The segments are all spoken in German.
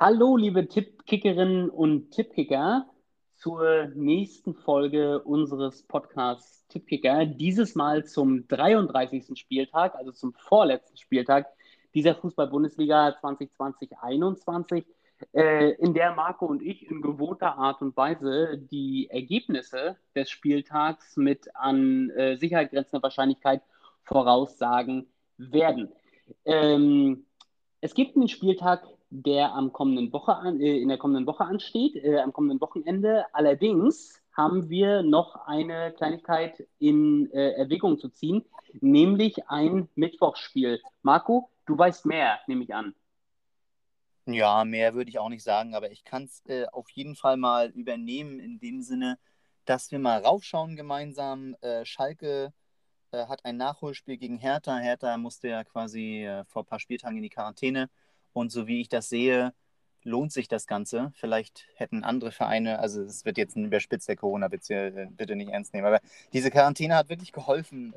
Hallo, liebe Tippkickerinnen und Tippkicker, zur nächsten Folge unseres Podcasts Tippkicker. Dieses Mal zum 33. Spieltag, also zum vorletzten Spieltag dieser Fußball-Bundesliga 2020-21, in der Marco und ich in gewohnter Art und Weise die Ergebnisse des Spieltags mit an Sicherheit grenzender Wahrscheinlichkeit voraussagen werden. Ähm, Es gibt einen Spieltag, der in der kommenden Woche ansteht, am kommenden Wochenende. Allerdings haben wir noch eine Kleinigkeit in Erwägung zu ziehen, nämlich ein Mittwochsspiel. Marco, du weißt mehr, nehme ich an. Ja, mehr würde ich auch nicht sagen, aber ich kann es auf jeden Fall mal übernehmen in dem Sinne, dass wir mal raufschauen gemeinsam. Schalke hat ein Nachholspiel gegen Hertha. Hertha musste ja quasi vor ein paar Spieltagen in die Quarantäne. Und so wie ich das sehe, lohnt sich das Ganze. Vielleicht hätten andere Vereine, also es wird jetzt ein überspitzter Corona-Witz hier, bitte nicht ernst nehmen, aber diese Quarantäne hat wirklich geholfen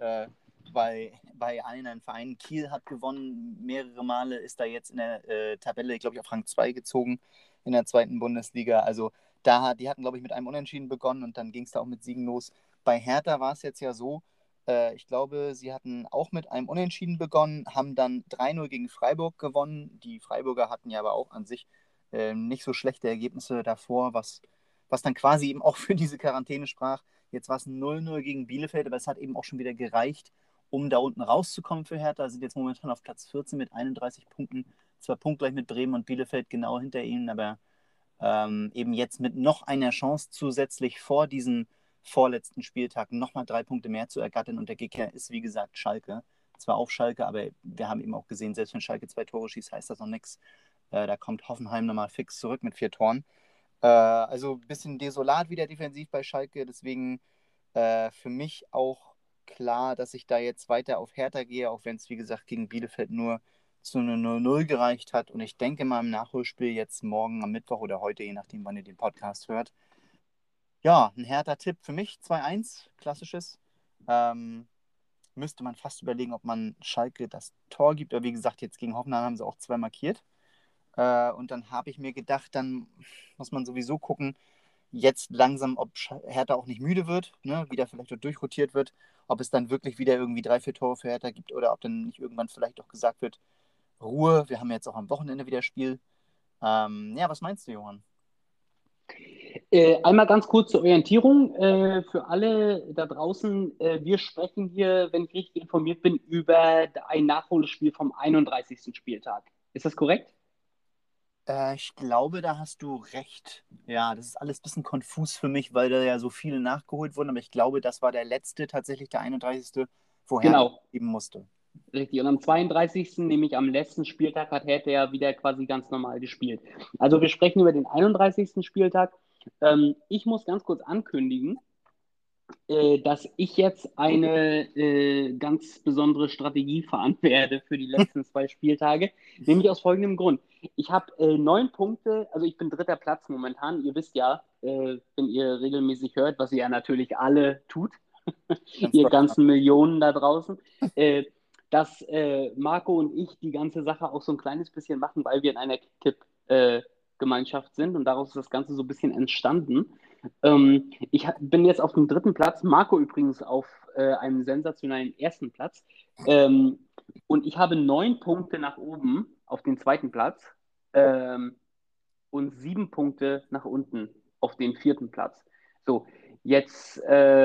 bei allen Vereinen. Kiel hat gewonnen mehrere Male, ist da jetzt in der Tabelle, glaube ich, auf Rang 2 gezogen in der zweiten Bundesliga. Also die hatten, glaube ich, mit einem Unentschieden begonnen und dann ging es da auch mit Siegen los. Bei Hertha war es jetzt ja so, ich glaube, sie hatten auch mit einem Unentschieden begonnen, haben dann 3-0 gegen Freiburg gewonnen. Die Freiburger hatten ja aber auch an sich nicht so schlechte Ergebnisse davor, was dann quasi eben auch für diese Quarantäne sprach. Jetzt war es 0-0 gegen Bielefeld, aber es hat eben auch schon wieder gereicht, um da unten rauszukommen für Hertha. Sind jetzt momentan auf Platz 14 mit 31 Punkten, zwar punktgleich mit Bremen und Bielefeld genau hinter ihnen, aber eben jetzt mit noch einer Chance zusätzlich vor diesem vorletzten Spieltag nochmal 3 Punkte mehr zu ergattern. Und der Gegner ist, wie gesagt, Schalke. Zwar auch Schalke, aber wir haben eben auch gesehen, selbst wenn Schalke 2 Tore schießt, heißt das noch nichts. Da kommt Hoffenheim nochmal fix zurück mit 4 Toren. Also ein bisschen desolat wieder defensiv bei Schalke. Deswegen für mich auch klar, dass ich da jetzt weiter auf Hertha gehe, auch wenn es, wie gesagt, gegen Bielefeld nur zu einer 0-0 gereicht hat. Und ich denke mal im Nachholspiel jetzt morgen am Mittwoch oder heute, je nachdem, wann ihr den Podcast hört. Ja, ein Hertha-Tipp für mich, 2-1, klassisches. Ähm, Müsste man fast überlegen, ob man Schalke das Tor gibt. Aber wie gesagt, jetzt gegen Hoffenheim haben sie auch 2 markiert. Und dann habe ich mir gedacht, dann muss man sowieso gucken, jetzt langsam, ob Hertha auch nicht müde wird, ne? Wieder vielleicht auch durchrotiert wird, ob es dann wirklich wieder irgendwie 3, 4 Tore für Hertha gibt oder ob dann nicht irgendwann vielleicht auch gesagt wird, Ruhe, wir haben jetzt auch am Wochenende wieder Spiel. Ja, was meinst du, Johann? Einmal ganz kurz zur Orientierung für alle da draußen. Wir sprechen hier, wenn ich richtig informiert bin, über ein Nachholspiel vom 31. Spieltag. Ist das korrekt? Ich glaube, da hast du recht. Ja, das ist alles ein bisschen konfus für mich, weil da ja so viele nachgeholt wurden, aber ich glaube, das war der letzte, tatsächlich der 31., wo Hertha Genau. geben musste. Richtig. Und am 32., nämlich am letzten Spieltag, hat Hertha ja wieder quasi ganz normal gespielt. Also wir sprechen über den 31. Spieltag. Ich muss ganz kurz ankündigen, dass ich jetzt eine ganz besondere Strategie fahren werde für die letzten zwei Spieltage. Nämlich aus folgendem Grund. Ich habe 9 Punkte, also ich bin dritter Platz momentan. Ihr wisst ja, wenn ihr regelmäßig hört, was ihr ja natürlich alle tut, Ganz ihr Deutschland. ganzen Millionen da draußen, äh, dass Marco und ich die ganze Sache auch so ein kleines bisschen machen, weil wir in einer Kicktipp-Gemeinschaft sind und daraus ist das Ganze so ein bisschen entstanden. Ich bin jetzt auf dem dritten Platz, Marco übrigens auf einem sensationellen ersten Platz. Ähm, und ich habe 9 Punkte nach oben auf den zweiten Platz ähm, und 7 Punkte nach unten auf den vierten Platz. So, jetzt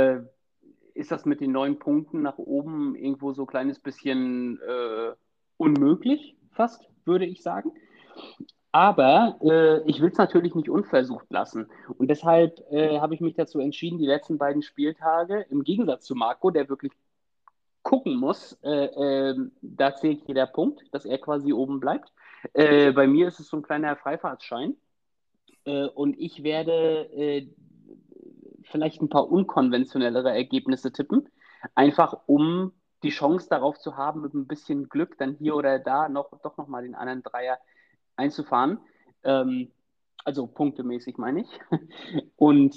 ist das mit den 9 Punkten nach oben irgendwo so ein kleines bisschen unmöglich, fast, würde ich sagen. Aber ich will es natürlich nicht unversucht lassen. Und deshalb habe ich mich dazu entschieden, die letzten beiden Spieltage, im Gegensatz zu Marco, der wirklich gucken muss, da zählt jeder Punkt, dass er quasi oben bleibt. Bei mir ist es so ein kleiner Freifahrtschein. Und ich werde vielleicht ein paar unkonventionellere Ergebnisse tippen, einfach um die Chance darauf zu haben, mit ein bisschen Glück dann hier oder da doch noch mal den anderen Dreier einzufahren. Ähm, also punktemäßig meine ich. Und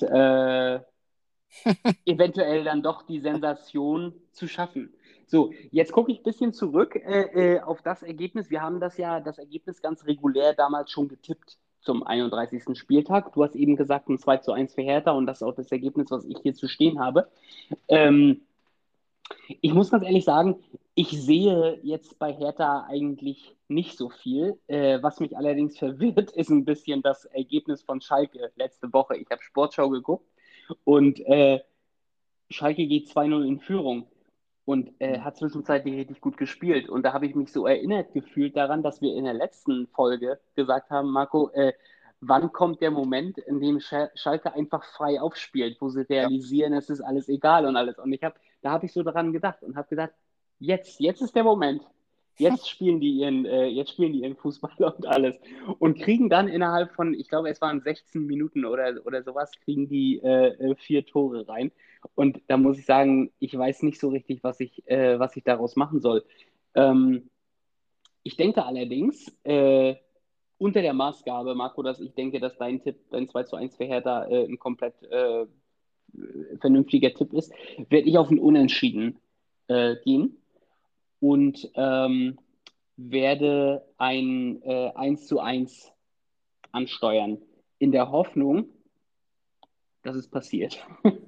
eventuell dann doch die Sensation zu schaffen. So, jetzt gucke ich ein bisschen zurück auf das Ergebnis. Wir haben das Ergebnis ganz regulär damals schon getippt. zum 31. Spieltag. Du hast eben gesagt, ein 2:1 für Hertha und das ist auch das Ergebnis, was ich hier zu stehen habe. Ähm, Ich muss ganz ehrlich sagen, ich sehe jetzt bei Hertha eigentlich nicht so viel. Was mich allerdings verwirrt, ist ein bisschen das Ergebnis von Schalke letzte Woche. Ich habe Sportschau geguckt und Schalke geht 2:0 in Führung und Hm. hat zwischenzeitlich richtig gut gespielt. Und da habe ich mich so erinnert gefühlt daran, dass wir in der letzten Folge gesagt haben, Marco, wann kommt der Moment, in dem Schalke einfach frei aufspielt, wo sie Ja. realisieren, es ist alles egal und alles. Und da habe ich so daran gedacht und habe gedacht, jetzt ist der Moment. Jetzt spielen die ihren Fußball und alles. Und kriegen dann innerhalb von, ich glaube, es waren 16 Minuten oder sowas, kriegen die 4 Tore rein. Und da muss ich sagen, ich weiß nicht so richtig, was ich daraus machen soll. Ähm, Ich denke allerdings, unter der Maßgabe, Marco, dass ich denke, dass dein Tipp, dein 2:1 für Hertha, ein komplett vernünftiger Tipp ist, werde ich auf ein Unentschieden gehen und werde ein 1:1 ansteuern, in der Hoffnung, dass es passiert.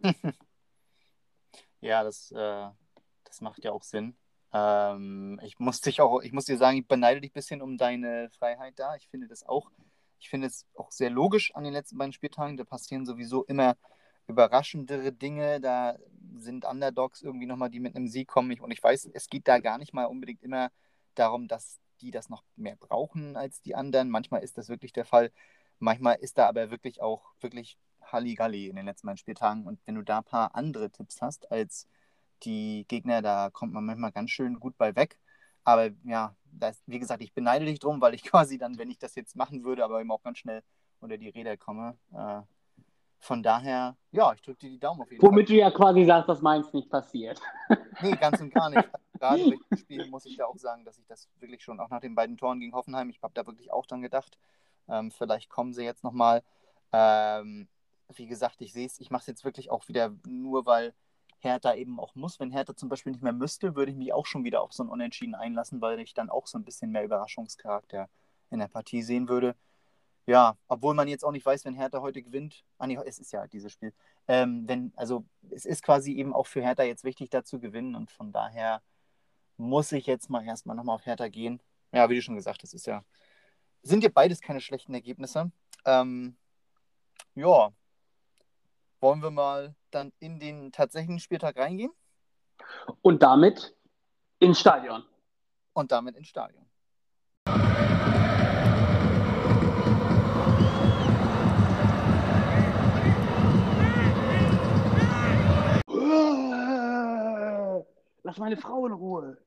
Ja, das macht ja auch Sinn. Ich muss dir sagen, ich beneide dich ein bisschen um deine Freiheit da. Ich finde es auch sehr logisch an den letzten beiden Spieltagen. Da passieren sowieso immer überraschendere Dinge. Da sind Underdogs irgendwie nochmal, die mit einem Sieg kommen. Und ich weiß, es geht da gar nicht mal unbedingt immer darum, dass die das noch mehr brauchen als die anderen. Manchmal ist das wirklich der Fall. Manchmal ist da aber wirklich auch wirklich Halligalli in den letzten beiden Spieltagen. Und wenn du da ein paar andere Tipps hast als die Gegner, da kommt man manchmal ganz schön gut bei weg. Aber ja, wie gesagt, ich beneide dich drum, weil ich quasi dann, wenn ich das jetzt machen würde, aber eben auch ganz schnell unter die Räder komme. Von daher, ja, ich drücke dir die Daumen auf jeden Fall. Womit du ja quasi sagst, dass meins nicht passiert. Nee, ganz und gar nicht. Gerade bei dem Spiel muss ich da auch sagen, dass ich das wirklich schon, auch nach den beiden Toren gegen Hoffenheim, ich habe da wirklich auch dran gedacht, vielleicht kommen sie jetzt nochmal. Wie gesagt, ich mache es jetzt wirklich auch wieder nur, weil Hertha eben auch muss. Wenn Hertha zum Beispiel nicht mehr müsste, würde ich mich auch schon wieder auf so ein Unentschieden einlassen, weil ich dann auch so ein bisschen mehr Überraschungscharakter in der Partie sehen würde. Ja, obwohl man jetzt auch nicht weiß, wenn Hertha heute gewinnt. Ah, nee, es ist ja dieses Spiel. Also es ist quasi eben auch für Hertha jetzt wichtig, da zu gewinnen und von daher muss ich jetzt mal erstmal nochmal auf Hertha gehen. Ja, wie du schon gesagt hast, sind ja beides keine schlechten Ergebnisse. Ähm, ja, wollen wir mal dann in den tatsächlichen Spieltag reingehen Und damit ins Stadion. und damit ins Stadion. Lass meine Frau in Ruhe.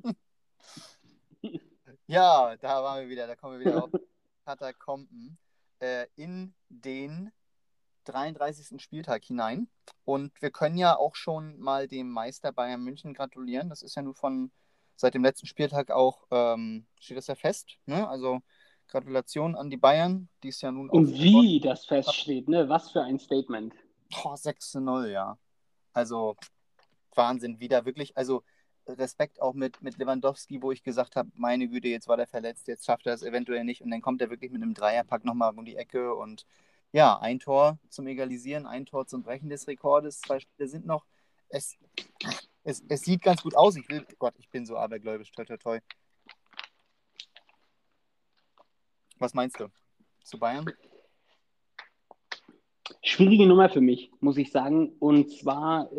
Ja, da kommen wir wieder auf Katakomben in den 33. Spieltag hinein. Und wir können ja auch schon mal dem Meister Bayern München gratulieren. Das ist ja nun seit dem letzten Spieltag auch, steht das ja fest. Ne? Also Gratulation an die Bayern, die es ja nun auch Und wie das feststeht, ne? Was für ein Statement. 6:0, ja. Also Wahnsinn, wieder wirklich, also Respekt auch mit Lewandowski, wo ich gesagt habe, meine Güte, jetzt war der verletzt, jetzt schafft er es eventuell nicht und dann kommt er wirklich mit einem Dreierpack nochmal um die Ecke und ja, ein Tor zum Egalisieren, ein Tor zum Brechen des Rekordes, 2 Spiele sind noch. Es, es sieht ganz gut aus. Gott, ich bin so abergläubisch, toi, toi, toi. Was meinst du? Zu Bayern? Schwierige Nummer für mich, muss ich sagen. Und zwar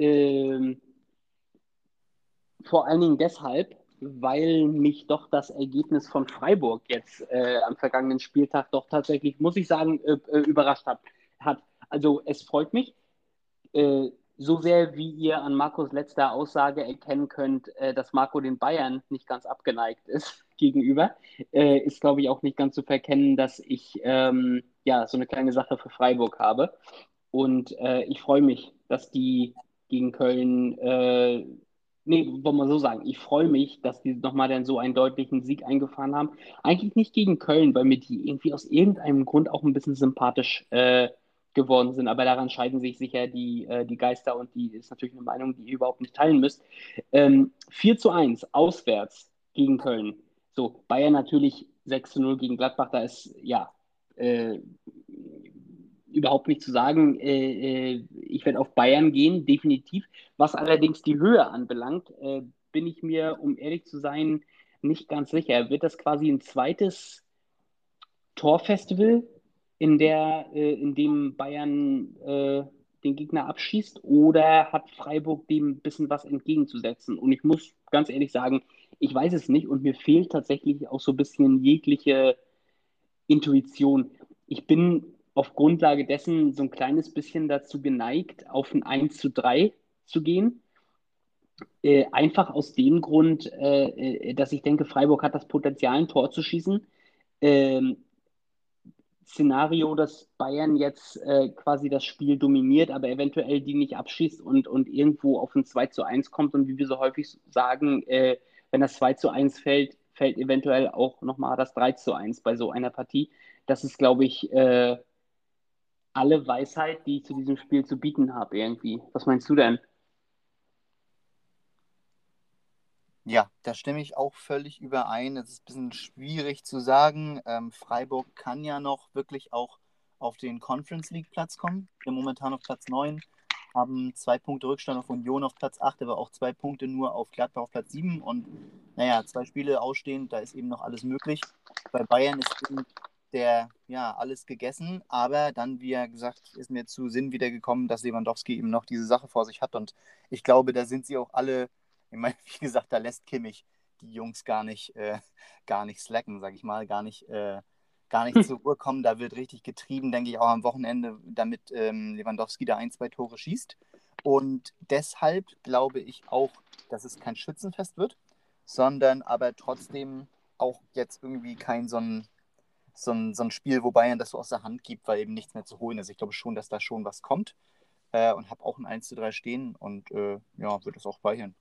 vor allen Dingen deshalb, weil mich doch das Ergebnis von Freiburg jetzt am vergangenen Spieltag doch tatsächlich, muss ich sagen, überrascht hat. Also es freut mich. So sehr wie ihr an Marcos letzter Aussage erkennen könnt, dass Marco den Bayern nicht ganz abgeneigt ist gegenüber, ist, glaube ich, auch nicht ganz zu verkennen, dass ich ja so eine kleine Sache für Freiburg habe. Und ich freue mich, dass die gegen Köln, nee, wollen wir so sagen, ich freue mich, dass die nochmal dann so einen deutlichen Sieg eingefahren haben. Eigentlich nicht gegen Köln, weil mir die irgendwie aus irgendeinem Grund auch ein bisschen sympathisch geworden sind. Aber daran scheiden sich sicher die Geister und die ist natürlich eine Meinung, die ihr überhaupt nicht teilen müsst. 4:1 auswärts gegen Köln. So, Bayern natürlich 6:0 gegen Gladbach, da ist ja überhaupt nicht zu sagen. Ich werde auf Bayern gehen, definitiv. Was allerdings die Höhe anbelangt, bin ich mir, um ehrlich zu sein, nicht ganz sicher. Wird das quasi ein zweites Torfestival, in dem Bayern den Gegner abschießt, oder hat Freiburg dem ein bisschen was entgegenzusetzen? Und ich muss ganz ehrlich sagen, ich weiß es nicht und mir fehlt tatsächlich auch so ein bisschen jegliche Intuition. Ich bin auf Grundlage dessen so ein kleines bisschen dazu geneigt, auf ein 1:3 zu gehen. Einfach aus dem Grund, dass ich denke, Freiburg hat das Potenzial, ein Tor zu schießen. Ähm, Szenario, dass Bayern jetzt quasi das Spiel dominiert, aber eventuell die nicht abschießt und irgendwo auf ein 2:1 kommt. Und wie wir so häufig sagen, wenn das 2:1 fällt, fällt eventuell auch nochmal das 3:1 bei so einer Partie. Das ist, glaube ich, alle Weisheit, die ich zu diesem Spiel zu bieten habe, irgendwie. Was meinst du denn? Ja, da stimme ich auch völlig überein. Es ist ein bisschen schwierig zu sagen. Freiburg kann ja noch wirklich auch auf den Conference League Platz kommen. Wir momentan auf Platz 9, haben 2 Punkte Rückstand auf Union auf Platz 8, aber auch 2 Punkte nur auf Gladbach auf Platz 7. Und naja, 2 Spiele ausstehend, da ist eben noch alles möglich. Bei Bayern ist eben ja, alles gegessen, aber dann, wie gesagt, ist mir zu Sinn wieder gekommen, dass Lewandowski eben noch diese Sache vor sich hat. Und ich glaube, da sind sie auch alle. Ich meine, wie gesagt, da lässt Kimmich die Jungs gar nicht slacken, sag ich mal, gar nicht zur Ruhe kommen. Da wird richtig getrieben, denke ich, auch am Wochenende, damit Lewandowski da 1, 2 Tore schießt. Und deshalb glaube ich auch, dass es kein Schützenfest wird, sondern aber trotzdem auch jetzt irgendwie kein so ein Spiel, wo Bayern das so aus der Hand gibt, weil eben nichts mehr zu holen ist. Ich glaube schon, dass da schon was kommt und habe auch ein 1:3 stehen und ja, wird es auch speichern.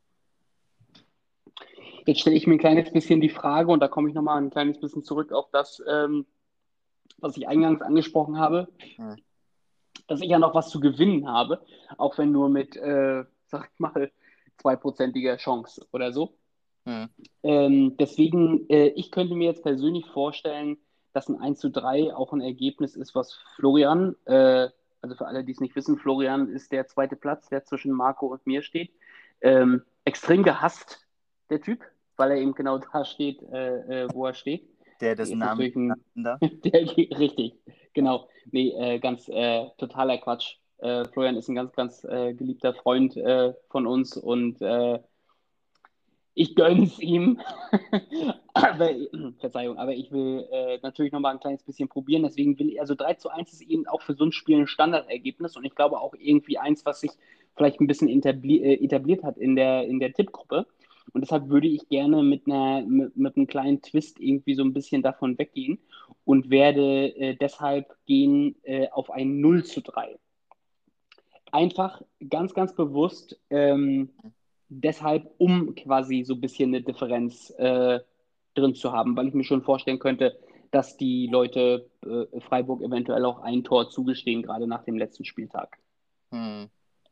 Jetzt stelle ich mir ein kleines bisschen die Frage, und da komme ich nochmal ein kleines bisschen zurück auf das, was ich eingangs angesprochen habe, Hm. dass ich ja noch was zu gewinnen habe, auch wenn nur mit, sag ich mal, 2%iger Chance oder so. Hm. Deswegen, ich könnte mir jetzt persönlich vorstellen, dass ein 1:3 auch ein Ergebnis ist, was Florian, also für alle, die es nicht wissen, Florian ist der zweite Platz, der zwischen Marco und mir steht. Extrem gehasst, der Typ, weil er eben genau da steht, wo er steht. Der, dessen Ist Namen natürlich ein, da. richtig, genau. Nee, ganz totaler Quatsch. Florian ist ein ganz, ganz geliebter Freund von uns und ich gönne es ihm. aber, Verzeihung, aber ich will natürlich noch mal ein kleines bisschen probieren. Deswegen will ich, also 3:1 ist eben auch für so ein Spiel ein Standardergebnis und ich glaube auch irgendwie eins, was sich vielleicht ein bisschen etabliert hat in der Tippgruppe. Und deshalb würde ich gerne mit einem kleinen Twist irgendwie so ein bisschen davon weggehen und werde deshalb gehen auf ein 0:3. Einfach ganz, ganz bewusst deshalb, um quasi so ein bisschen eine Differenz drin zu haben, weil ich mir schon vorstellen könnte, dass die Leute Freiburg eventuell auch ein Tor zugestehen, gerade nach dem letzten Spieltag. Hm.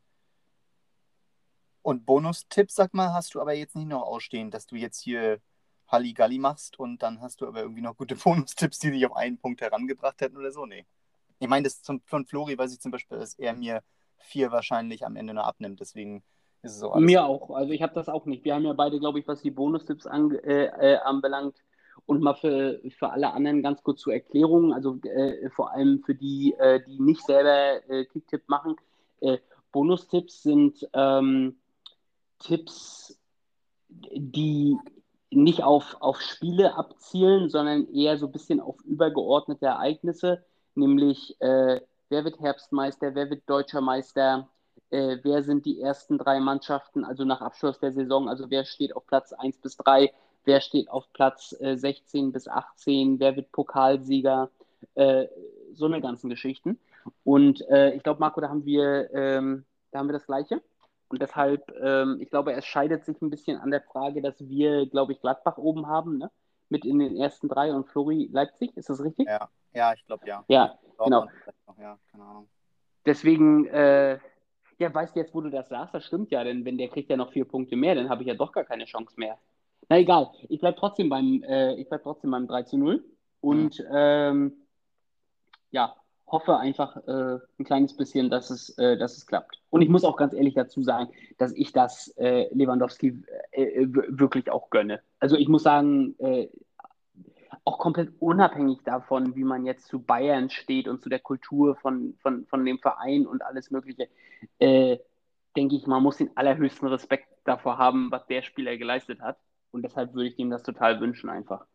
Und Bonustipps, sag mal, hast du aber jetzt nicht noch ausstehen, dass du jetzt hier Halligalli machst und dann hast du aber irgendwie noch gute Bonustipps, die dich auf einen Punkt herangebracht hätten oder so? Nee. Ich meine, von Flori weiß ich zum Beispiel, dass er mir 4 wahrscheinlich am Ende nur abnimmt. Deswegen ist es so alles. Mir auch. Also ich habe das auch nicht. Wir haben ja beide, glaube ich, was die Bonustipps anbelangt. Und mal für alle anderen ganz kurz zur Erklärung, also vor allem für die, die nicht selber Kicktipp machen. Äh, Bonustipps sind Tipps, die nicht auf Spiele abzielen, sondern eher so ein bisschen auf übergeordnete Ereignisse, nämlich wer wird Herbstmeister, wer wird Deutscher Meister, wer sind die ersten drei Mannschaften, also nach Abschluss der Saison, also wer steht auf Platz 1 bis 3, wer steht auf Platz 16 bis 18, wer wird Pokalsieger, äh, so eine ganzen Geschichten. Und ich glaube, Marco, da haben wir das Gleiche. Und deshalb, ich glaube, es scheidet sich ein bisschen an der Frage, dass wir, glaube ich, Gladbach oben haben, ne? Mit in den ersten drei und Flori Leipzig. Ist das richtig? Ja, ja, ich glaube ja. Und Ja, genau. Dortmund vielleicht noch, ja, keine Ahnung. Deswegen, ja, weißt du jetzt, wo du das sagst, das stimmt ja, denn wenn der kriegt ja noch 4 Punkte mehr, dann habe ich ja doch gar keine Chance mehr. Na egal, ich bleib trotzdem beim 3:0. Hm. Und ja, hoffe einfach ein kleines bisschen, dass es klappt. Und ich muss auch ganz ehrlich dazu sagen, dass ich das Lewandowski wirklich auch gönne. Also ich muss sagen, auch komplett unabhängig davon, wie man jetzt zu Bayern steht und zu der Kultur von dem Verein und alles Mögliche, äh, denke ich, man muss den allerhöchsten Respekt davor haben, was der Spieler geleistet hat. Und deshalb würde ich ihm das total wünschen einfach.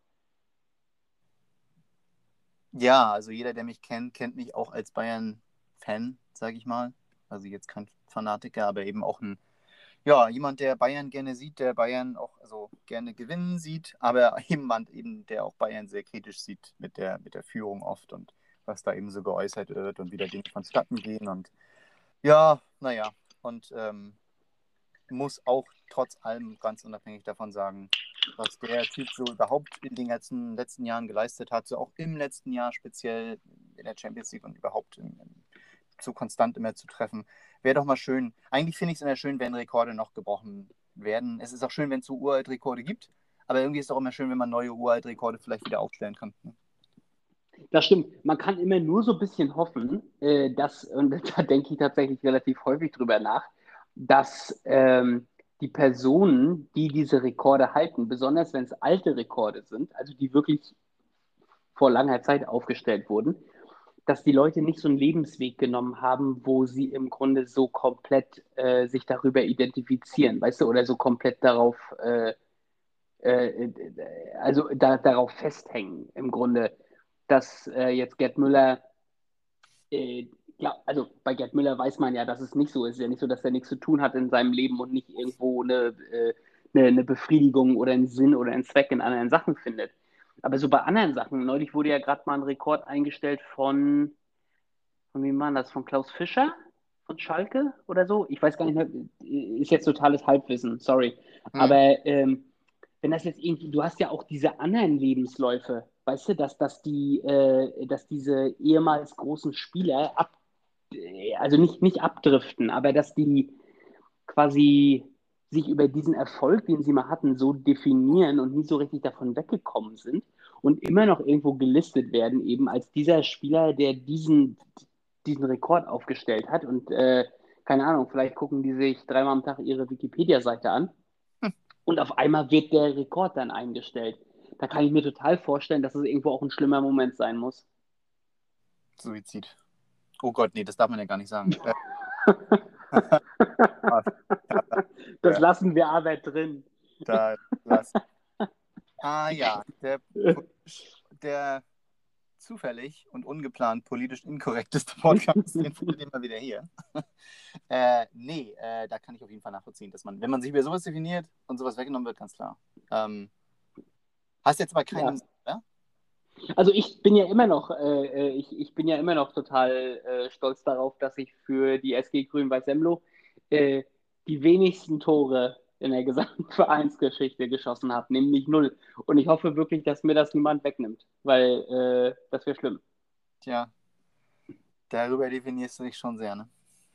Ja, also jeder, der mich kennt, kennt mich auch als Bayern-Fan, sage ich mal. Also jetzt kein Fanatiker, aber eben auch ja, jemand, der Bayern gerne sieht, der Bayern auch also gerne gewinnen sieht, aber jemand eben, der auch Bayern sehr kritisch sieht mit der Führung oft und was da eben so geäußert wird und wie da Dinge vonstatten gehen. Und ja, naja, und muss auch trotz allem ganz unabhängig davon sagen, was der Typ so überhaupt in den letzten Jahren geleistet hat, so auch im letzten Jahr speziell in der Champions League und überhaupt so konstant immer zu treffen. Wäre doch mal schön. Eigentlich finde ich es immer schön, wenn Rekorde noch gebrochen werden. Es ist auch schön, wenn es so Uralt-Rekorde gibt, aber irgendwie ist es auch immer schön, wenn man neue Uralt-Rekorde vielleicht wieder aufstellen kann. Ne? Das stimmt. Man kann immer nur so ein bisschen hoffen, und da denke ich tatsächlich relativ häufig drüber nach, dass die Personen, die diese Rekorde halten, besonders wenn es alte Rekorde sind, also die wirklich vor langer Zeit aufgestellt wurden, dass die Leute nicht so einen Lebensweg genommen haben, wo sie im Grunde so komplett sich darüber identifizieren, weißt du, oder so komplett äh, darauf festhängen, im Grunde, dass jetzt Gerd Müller, also bei Gerd Müller weiß man ja, dass es nicht so ist. Es ist ja nicht so, dass er nichts zu tun hat in seinem Leben und nicht irgendwo eine Befriedigung oder einen Sinn oder einen Zweck in anderen Sachen findet. Aber so bei anderen Sachen, neulich wurde ja gerade mal ein Rekord eingestellt von wem war das? Von Klaus Fischer? Von Schalke oder so? Ich weiß gar nicht mehr. Ist jetzt totales Halbwissen, sorry. Hm. Aber wenn das jetzt irgendwie, du hast ja auch diese anderen Lebensläufe, weißt du, dass diese ehemals großen Spieler also nicht abdriften, aber dass die quasi sich über diesen Erfolg, den sie mal hatten, so definieren und nie so richtig davon weggekommen sind und immer noch irgendwo gelistet werden, eben als dieser Spieler, der diesen Rekord aufgestellt hat. Und keine Ahnung, vielleicht gucken die sich dreimal am Tag ihre Wikipedia-Seite an und auf einmal wird der Rekord dann eingestellt. Da kann ich mir total vorstellen, dass es irgendwo auch ein schlimmer Moment sein muss. Suizid. Oh Gott, nee, das darf man ja gar nicht sagen. Ah, Das lassen wir aber drin. da lass. Ah ja, der zufällig und ungeplant politisch inkorrekteste Podcast, den findet ihr mal wieder hier. Nee, da kann ich auf jeden Fall nachvollziehen, dass man, wenn man sich über sowas definiert und sowas weggenommen wird, ganz klar. Hast jetzt aber keinen im Ja. Sinn, oder? Also ich bin ja immer noch total stolz darauf, dass ich für die SG Grün-Weiß Semlo äh, die wenigsten Tore in der gesamten Vereinsgeschichte geschossen habe, nämlich null. Und ich hoffe wirklich, dass mir das niemand wegnimmt, weil das wäre schlimm. Tja, darüber definierst du dich schon sehr, ne?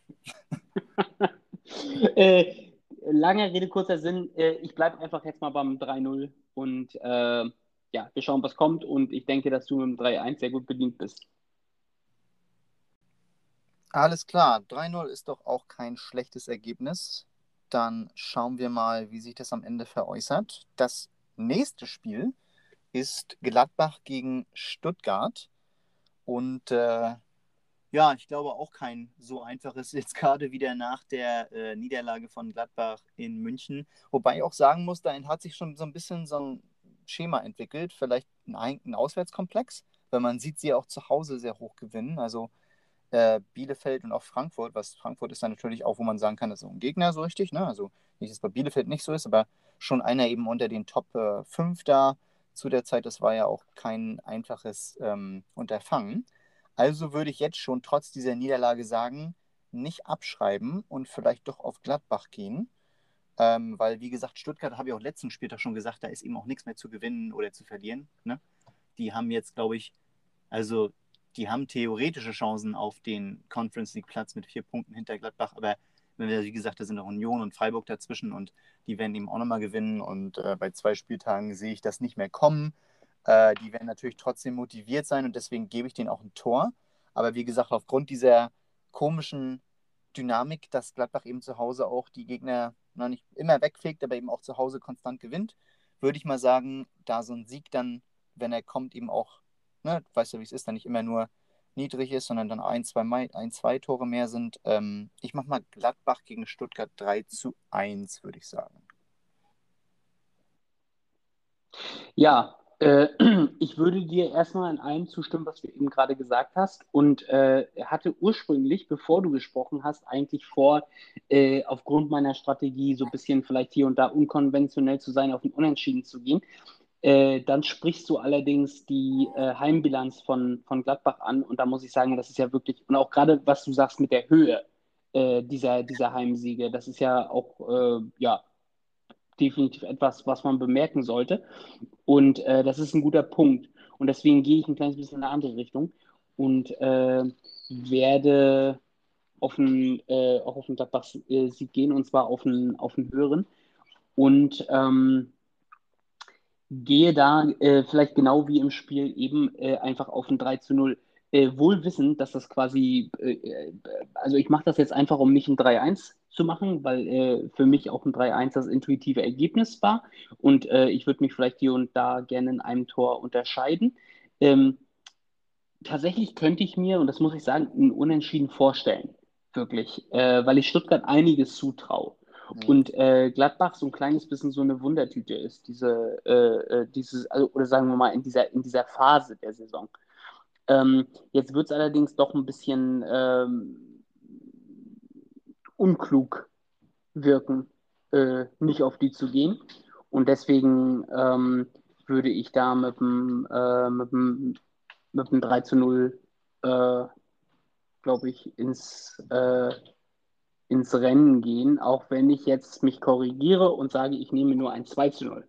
Langer Rede, kurzer Sinn. Ich bleibe einfach jetzt mal beim 3-0 und ja, wir schauen, was kommt. Und ich denke, dass du mit dem 3-1 sehr gut bedient bist. Alles klar, 3-0 ist doch auch kein schlechtes Ergebnis. Dann schauen wir mal, wie sich das am Ende veräußert. Das nächste Spiel ist Gladbach gegen Stuttgart. Und ja, ich glaube auch kein so einfaches jetzt gerade wieder nach der Niederlage von Gladbach in München. Wobei ich auch sagen muss, dahin hat sich schon so ein bisschen so ein Schema entwickelt, vielleicht ein Auswärtskomplex, weil man sieht sie auch zu Hause sehr hoch gewinnen. Also Bielefeld und auch Frankfurt, was Frankfurt ist dann natürlich auch, wo man sagen kann, das ist so ein Gegner so richtig, ne? Also nicht, dass es bei Bielefeld nicht so ist, aber schon einer eben unter den Top 5 da zu der Zeit. Das war ja auch kein einfaches Unterfangen. Also würde ich jetzt schon trotz dieser Niederlage sagen, nicht abschreiben und vielleicht doch auf Gladbach gehen. Weil, wie gesagt, Stuttgart, habe ich auch letzten Spieltag schon gesagt, da ist eben auch nichts mehr zu gewinnen oder zu verlieren. Ne? Die haben jetzt, glaube ich, also die haben theoretische Chancen auf den Conference League Platz mit 4 Punkten hinter Gladbach, aber wie gesagt, da sind auch Union und Freiburg dazwischen und die werden eben auch nochmal gewinnen und bei 2 Spieltagen sehe ich das nicht mehr kommen. Die werden natürlich trotzdem motiviert sein und deswegen gebe ich denen auch ein Tor. Aber wie gesagt, aufgrund dieser komischen Dynamik, dass Gladbach eben zu Hause auch die Gegner nicht immer wegfegt, aber eben auch zu Hause konstant gewinnt, würde ich mal sagen, da so ein Sieg dann, wenn er kommt, eben auch, ne, weißt du, wie es ist, dann nicht immer nur niedrig ist, sondern dann zwei Tore mehr sind. Ich mache mal Gladbach gegen Stuttgart 3:1, würde ich sagen. Ja, ich würde dir erstmal in allem zustimmen, was du eben gerade gesagt hast und hatte ursprünglich, bevor du gesprochen hast, eigentlich vor, aufgrund meiner Strategie so ein bisschen vielleicht hier und da unkonventionell zu sein, auf ein Unentschieden zu gehen. Dann sprichst du allerdings die Heimbilanz von Gladbach an und da muss ich sagen, das ist ja wirklich, und auch gerade was du sagst mit der Höhe dieser Heimsiege, das ist ja auch ja, definitiv etwas, was man bemerken sollte. Und das ist ein guter Punkt. Und deswegen gehe ich ein kleines bisschen in eine andere Richtung und werde auch auf einen Gladbach-Sieg gehen und zwar auf einen höheren. Und gehe da vielleicht genau wie im Spiel eben einfach auf ein 3:0. Wohl wissend, dass das quasi, also ich mache das jetzt einfach, um nicht ein 3:1 zu machen, weil für mich auch ein 3:1 das intuitive Ergebnis war. Und ich würde mich vielleicht hier und da gerne in einem Tor unterscheiden. Ähm, Tatsächlich könnte ich mir, und das muss ich sagen, ein Unentschieden vorstellen. Wirklich. Weil ich Stuttgart einiges zutraue. Mhm. Und Gladbach so ein kleines bisschen so eine Wundertüte ist, also, oder sagen wir mal in dieser Phase der Saison. Jetzt wird es allerdings doch ein bisschen unklug wirken, nicht auf die zu gehen. Und deswegen würde ich da mit dem 3:0 glaube ich, ins Rennen gehen, auch wenn ich jetzt mich korrigiere und sage, ich nehme nur ein 2:0.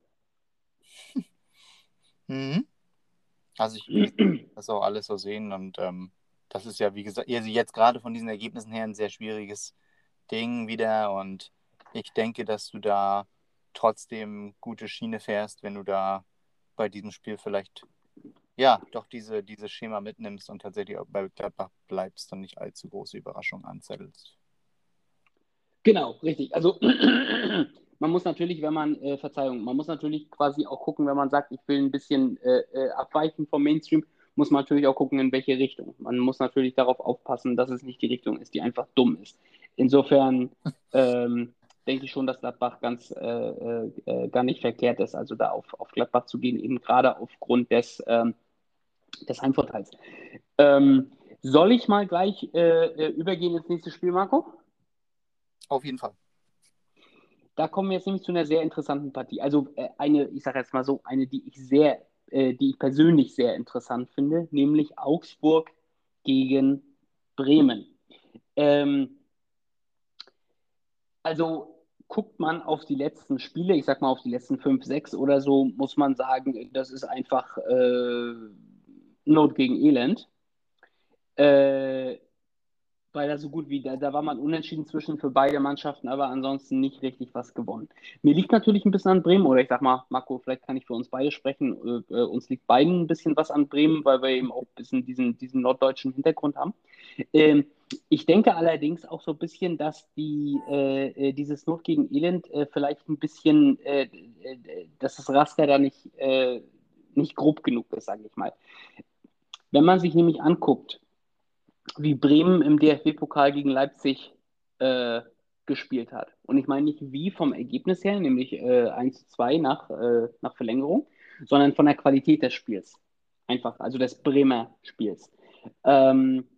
Mhm. Also ich, wie gesagt, das auch alles so sehen und das ist ja, wie gesagt, also jetzt gerade von diesen Ergebnissen her ein sehr schwieriges Ding wieder und ich denke, dass du da trotzdem gute Schiene fährst, wenn du da bei diesem Spiel vielleicht, ja, doch dieses Schema mitnimmst und tatsächlich auch bei Gladbach bleibst und nicht allzu große Überraschungen anzettelst. Genau, richtig. Also man muss natürlich, wenn man, Verzeihung, man muss natürlich quasi auch gucken, wenn man sagt, ich will ein bisschen abweichen vom Mainstream, muss man natürlich auch gucken, in welche Richtung. Man muss natürlich darauf aufpassen, dass es nicht die Richtung ist, die einfach dumm ist. Insofern denke ich schon, dass Gladbach gar nicht verkehrt ist, also da auf Gladbach zu gehen, eben gerade aufgrund des Heimvorteils. Ähm, Soll ich mal gleich übergehen ins nächste Spiel, Marco? Auf jeden Fall. Da kommen wir jetzt nämlich zu einer sehr interessanten Partie. Also ich sage jetzt mal so, eine, die ich persönlich sehr interessant finde, nämlich Augsburg gegen Bremen. Ähm, also guckt man auf die letzten Spiele, ich sag mal auf die letzten 5, 6 oder so, muss man sagen, das ist einfach Not gegen Elend. Äh, Weil da so gut wie, da war man unentschieden zwischen für beide Mannschaften, aber ansonsten nicht richtig was gewonnen. Mir liegt natürlich ein bisschen an Bremen, oder ich sag mal, Marco, vielleicht kann ich für uns beide sprechen. Uns liegt beiden ein bisschen was an Bremen, weil wir eben auch ein bisschen diesen norddeutschen Hintergrund haben. Ähm, Ich denke allerdings auch so ein bisschen, dass dieses Not gegen Elend vielleicht ein bisschen, dass das Raster da nicht grob genug ist, sage ich mal. Wenn man sich nämlich anguckt, wie Bremen im DFB-Pokal gegen Leipzig äh, gespielt hat. Und ich meine nicht wie vom Ergebnis her, nämlich 1:2 nach Verlängerung, sondern von der Qualität des Spiels. Einfach, also des Bremer Spiels. Ähm,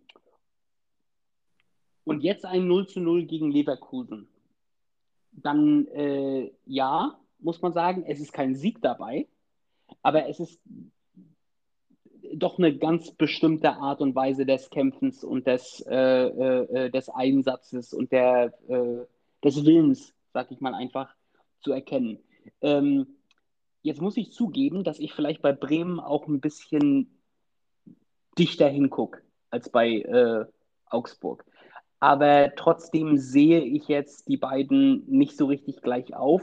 und jetzt ein 0:0 gegen Leverkusen. Dann ja, muss man sagen, es ist kein Sieg dabei, aber es ist doch eine ganz bestimmte Art und Weise des Kämpfens und des Einsatzes und des Willens, sag ich mal einfach, zu erkennen. Ähm, Jetzt muss ich zugeben, dass ich vielleicht bei Bremen auch ein bisschen dichter hingucke als bei Augsburg. Aber trotzdem sehe ich jetzt die beiden nicht so richtig gleich auf.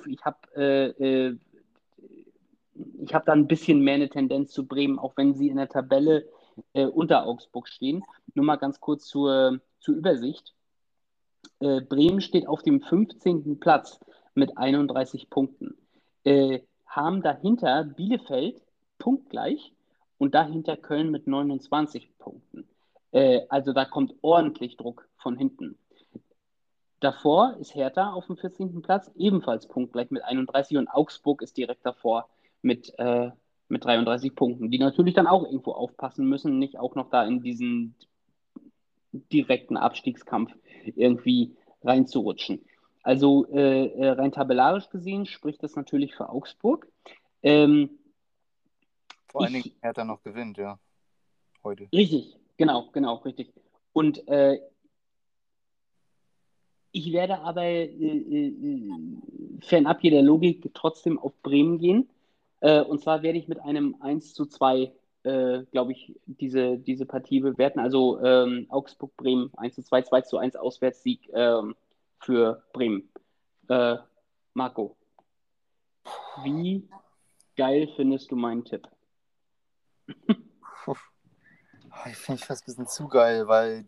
Ich habe da ein bisschen mehr eine Tendenz zu Bremen, auch wenn sie in der Tabelle unter Augsburg stehen. nur mal ganz kurz zur Übersicht. Bremen steht auf dem 15. Platz mit 31 Punkten. Haben dahinter Bielefeld punktgleich und dahinter Köln mit 29 Punkten. Also da kommt ordentlich Druck von hinten. Davor ist Hertha auf dem 14. Platz, ebenfalls punktgleich mit 31 und Augsburg ist direkt davor mit 33 Punkten, die natürlich dann auch irgendwo aufpassen müssen, nicht auch noch da in diesen direkten Abstiegskampf irgendwie reinzurutschen. Also rein tabellarisch gesehen spricht das natürlich für Augsburg. Ähm, Vor allen Dingen, ich, er hat dann noch gewinnt, ja, heute. richtig, genau, richtig. Und ich werde aber fernab jeder Logik trotzdem auf Bremen gehen. Und zwar werde ich mit einem 1:2, glaube ich, diese Partie bewerten. Also Augsburg-Bremen 1:2, 2:1 Auswärtssieg für Bremen. Äh, Marco, wie geil findest du meinen Tipp? Puh. Ich finde ich fast ein bisschen zu geil, weil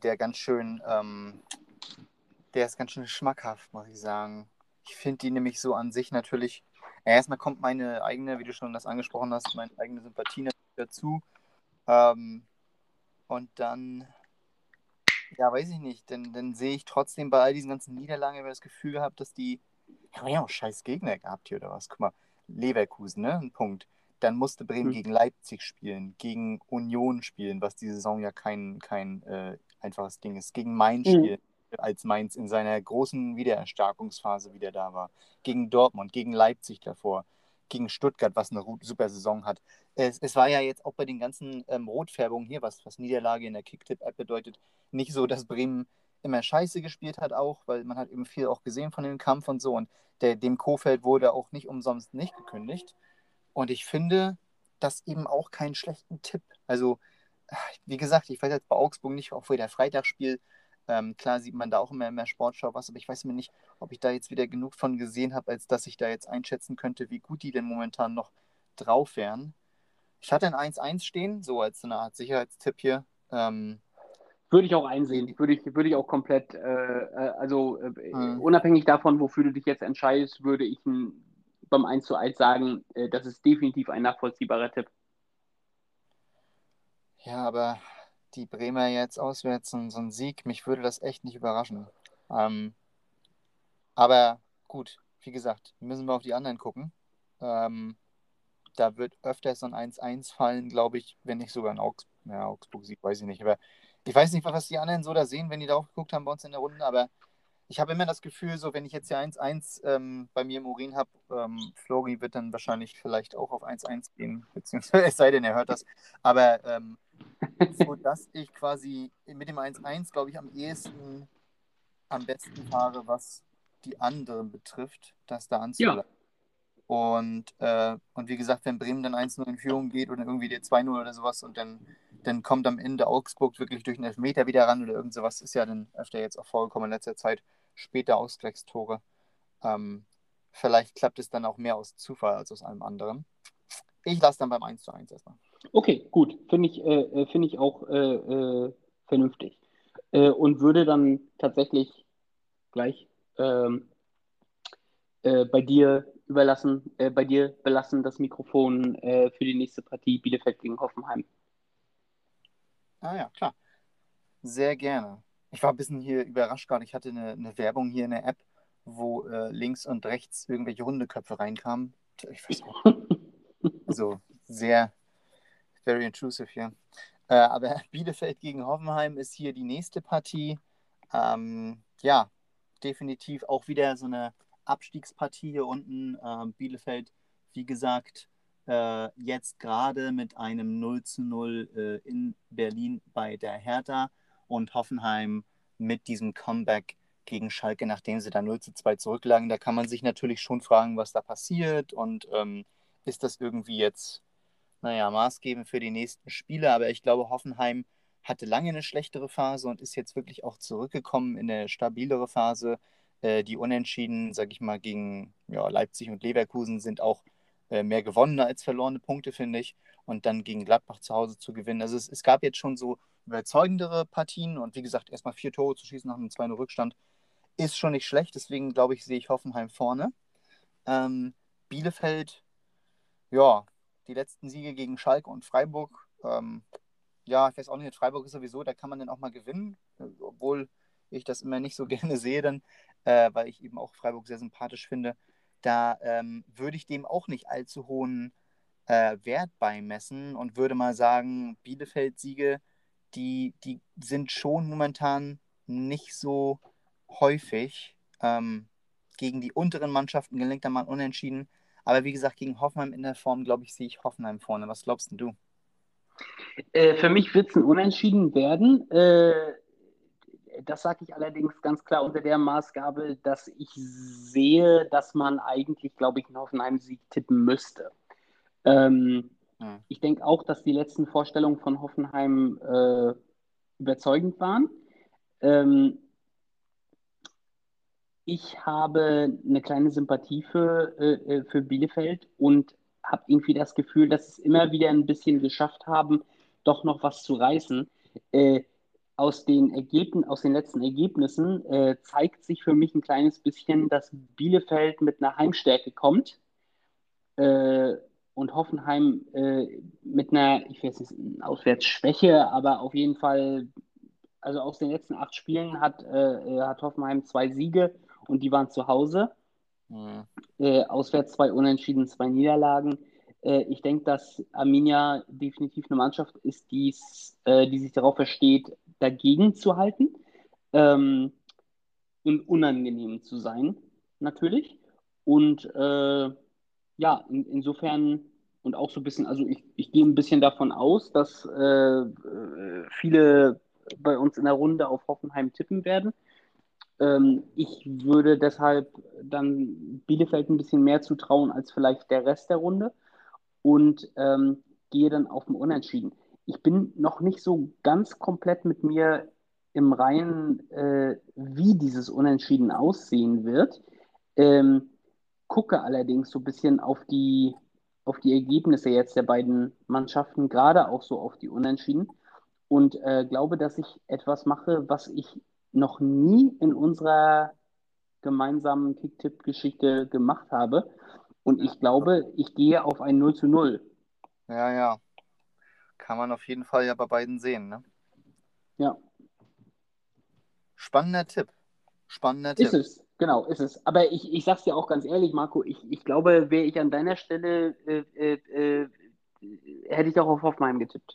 der ist ganz schön schmackhaft, muss ich sagen. Ich finde die nämlich so an sich natürlich. Erstmal kommt meine eigene, wie du schon das angesprochen hast, meine eigene Sympathie natürlich dazu. Ähm, und dann, ja, weiß ich nicht, dann sehe ich trotzdem bei all diesen ganzen Niederlagen immer das Gefühl gehabt, dass die. Ja, aber ja auch scheiß Gegner gehabt hier oder was. Guck mal, Leverkusen, ne? Ein Punkt. Dann musste Bremen Hm. gegen Leipzig spielen, gegen Union spielen, was die Saison ja kein einfaches Ding ist. Gegen Mainz Mhm. spielen, als Mainz in seiner großen Wiedererstarkungsphase wieder da war. Gegen Dortmund, gegen Leipzig davor, gegen Stuttgart, was eine super Saison hat. Es war ja jetzt auch bei den ganzen Rotfärbungen hier, was Niederlage in der Kicktipp-App bedeutet, nicht so, dass Bremen immer scheiße gespielt hat auch, weil man hat eben viel auch gesehen von dem Kampf und so und dem Kofeld wurde auch nicht umsonst nicht gekündigt. Und ich finde das eben auch keinen schlechten Tipp. Also, wie gesagt, ich weiß jetzt bei Augsburg nicht, auch für der Freitagsspiel, klar sieht man da auch immer mehr Sportschau was, aber ich weiß mir nicht, ob ich da jetzt wieder genug von gesehen habe, als dass ich da jetzt einschätzen könnte, wie gut die denn momentan noch drauf wären. Ich hatte ein 1:1 stehen, so als so eine Art Sicherheitstipp hier. Würde ich auch einsehen. Die, Würde ich auch komplett, hm, unabhängig davon, wofür du dich jetzt entscheidest, würde ich beim 1:1 sagen, das ist definitiv ein nachvollziehbarer Tipp. ja, aber die Bremer jetzt auswärts, so ein Sieg, mich würde das echt nicht überraschen. Ähm, aber gut, wie gesagt, müssen wir auf die anderen gucken. Ähm, da wird öfters so ein 1:1 fallen, glaube ich, wenn nicht sogar ein Augsburg-Sieg, weiß ich nicht. Aber ich weiß nicht, was die anderen so da sehen, wenn die drauf geguckt haben bei uns in der Runde, aber ich habe immer das Gefühl, so wenn ich jetzt hier 1:1 bei mir im Urin habe, Flori wird dann wahrscheinlich vielleicht auch auf 1:1 gehen, beziehungsweise es sei denn, er hört das. Aber so dass ich quasi mit dem 1:1, glaube ich, am besten fahre, was die anderen betrifft, das da Ja, anzugleichen. Und wie gesagt, wenn Bremen dann 1:0 in Führung geht oder irgendwie der 2:0 oder sowas und dann kommt am Ende Augsburg wirklich durch einen Elfmeter wieder ran oder irgend sowas, ist ja dann öfter jetzt auch vorgekommen in letzter Zeit, später Ausgleichstore. Ähm, vielleicht klappt es dann auch mehr aus Zufall als aus allem anderen. Ich lasse dann beim 1:1 erstmal. okay, gut. Finde ich auch vernünftig. Und würde dann tatsächlich gleich ähm, bei dir belassen, das Mikrofon für die nächste Partie Bielefeld gegen Hoffenheim. Ah ja, klar. Sehr gerne. Ich war ein bisschen hier überrascht gerade. Ich hatte eine Werbung hier in der App, wo links und rechts irgendwelche Hundeköpfe reinkamen. Ich weiß auch. Also sehr, very intrusive hier. Aber Bielefeld gegen Hoffenheim ist hier die nächste Partie. Ja, definitiv auch wieder so eine Abstiegspartie hier unten. Bielefeld, wie gesagt, jetzt gerade mit einem 0:0 in Berlin bei der Hertha und Hoffenheim mit diesem Comeback gegen Schalke, nachdem sie da 0:2 zurücklagen. Da kann man sich natürlich schon fragen, was da passiert und ist das irgendwie jetzt maßgebend für die nächsten Spiele. Aber ich glaube, Hoffenheim hatte lange eine schlechtere Phase und ist jetzt wirklich auch zurückgekommen in eine stabilere Phase. Die Unentschieden, sage ich mal, gegen Leipzig und Leverkusen sind auch mehr gewonnene als verlorene Punkte, finde ich. Und dann gegen Gladbach zu Hause zu gewinnen. Also es gab jetzt schon so überzeugendere Partien und wie gesagt, erstmal 4 Tore zu schießen nach einem 2-0 Rückstand ist schon nicht schlecht. Deswegen glaube ich, sehe ich Hoffenheim vorne. Ähm, Bielefeld, ja, die letzten Siege gegen Schalke und Freiburg. Ja, ich weiß auch nicht, Freiburg ist sowieso, da kann man dann auch mal gewinnen, obwohl ich das immer nicht so gerne sehe, dann, weil ich eben auch Freiburg sehr sympathisch finde. Da würde ich dem auch nicht allzu hohen Wert beimessen und würde mal sagen, Bielefeld-Siege, die sind schon momentan nicht so häufig. Gegen die unteren Mannschaften gelingt dann mal unentschieden. Aber wie gesagt, gegen Hoffenheim in der Form, glaube ich, sehe ich Hoffenheim vorne. Was glaubst denn du? Für mich wird es ein Unentschieden werden. Das sage ich allerdings ganz klar unter der Maßgabe, dass ich sehe, dass man eigentlich, glaube ich, einen Hoffenheim-Sieg tippen müsste. Ähm, Hm. Ich denke auch, dass die letzten Vorstellungen von Hoffenheim überzeugend waren. Ähm, Ich habe eine kleine Sympathie für Bielefeld und habe irgendwie das Gefühl, dass es immer wieder ein bisschen geschafft haben, doch noch was zu reißen. Äh, aus den letzten Ergebnissen zeigt sich für mich ein kleines bisschen, dass Bielefeld mit einer Heimstärke kommt äh, und Hoffenheim mit einer, ich weiß nicht, Auswärtsschwäche, aber auf jeden Fall, also aus den letzten 8 Spielen hat Hoffenheim 2 Siege und die waren zu Hause. Hm. Auswärts 2 Unentschieden, 2 Niederlagen. Ich denke, dass Arminia definitiv eine Mannschaft ist, die sich darauf versteht, dagegen zu halten und unangenehm zu sein, natürlich. Und insofern und auch so ein bisschen, also ich gehe ein bisschen davon aus, dass viele bei uns in der Runde auf Hoffenheim tippen werden. Ich würde deshalb dann Bielefeld ein bisschen mehr zutrauen als vielleicht der Rest der Runde und gehe dann auf ein Unentschieden. Ich bin noch nicht so ganz komplett mit mir im Reinen, wie dieses Unentschieden aussehen wird. Ähm, Gucke allerdings so ein bisschen auf die Ergebnisse jetzt der beiden Mannschaften, gerade auch so auf die Unentschieden und glaube, dass ich etwas mache, was ich noch nie in unserer gemeinsamen Kick-Tipp-Geschichte gemacht habe. Und Ja, ich glaube, ich gehe auf ein 0:0. ja, ja. Kann man auf jeden Fall ja bei beiden sehen, ne? Ja, Spannender Tipp. Spannender ist Tipp. es. Genau, ist es. Aber ich sag's dir auch ganz ehrlich, Marco, ich glaube, wäre ich an deiner Stelle, hätte ich auch auf Hoffenheim getippt.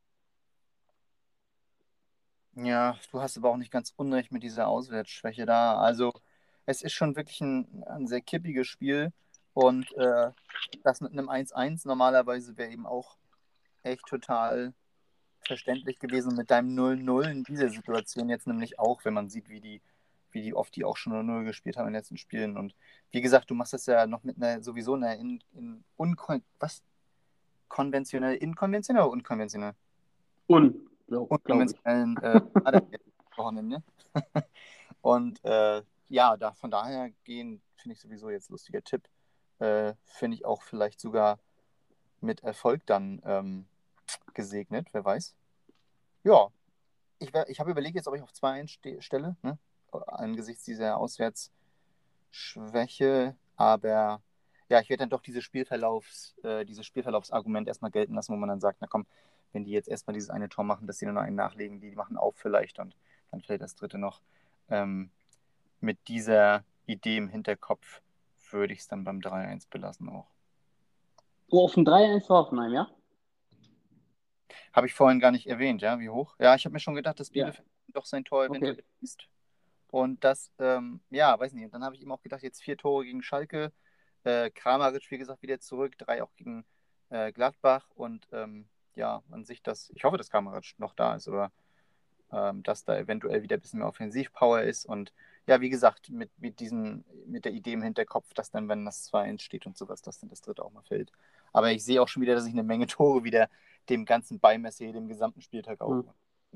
Ja, du hast aber auch nicht ganz unrecht mit dieser Auswärtsschwäche da. Also, es ist schon wirklich ein sehr kippiges Spiel und das mit einem 1-1 normalerweise wäre eben auch echt total verständlich gewesen mit deinem 0-0 in dieser Situation jetzt nämlich auch, wenn man sieht, wie die oft die auch schon 0-0 gespielt haben in den letzten Spielen. Und wie gesagt, du machst das ja noch mit einer sowieso einer was? Konventionell, inkonventionell oder unkonventionell? Glaube ich. Unkonventionellen Kader vorhanden, ne? Und ja, von daher finde ich sowieso jetzt lustiger Tipp. Finde ich auch vielleicht sogar mit Erfolg dann gesegnet, wer weiß. Ja, ich habe überlegt jetzt, ob ich auf 2-1 stelle, ne? Angesichts dieser Auswärtsschwäche, aber ja, ich werde dann doch dieses Spielverlaufsargument erstmal gelten lassen, wo man dann sagt, na komm, wenn die jetzt erstmal dieses eine Tor machen, dass die nur noch einen nachlegen, die machen auf vielleicht und dann fällt das dritte noch. Ähm, mit dieser Idee im Hinterkopf würde ich es dann beim 3-1 belassen auch. Oh, auf ein 3:1 für Hoffenheim, ja? Habe ich vorhin gar nicht erwähnt, ja, wie hoch? Ja, ich habe mir schon gedacht, dass Ja, Bielefeld doch sein Tor okay. eventuell ist. Und das, ja, weiß nicht. Und dann habe ich ihm auch gedacht, jetzt 4 Tore gegen Schalke. Kramaric, wie gesagt, wieder zurück. 3 auch gegen Gladbach. Und ja, an sich ich hoffe, dass Kramaric noch da ist, aber dass da eventuell wieder ein bisschen mehr Offensivpower ist. Und ja, wie gesagt, mit der Idee im Hinterkopf, dass dann, wenn das 2-1 steht und sowas, dass dann das dritte auch mal fällt. Aber ich sehe auch schon wieder, dass ich eine Menge Tore wieder dem Ganzen beimesse, dem gesamten Spieltag auch. Hm.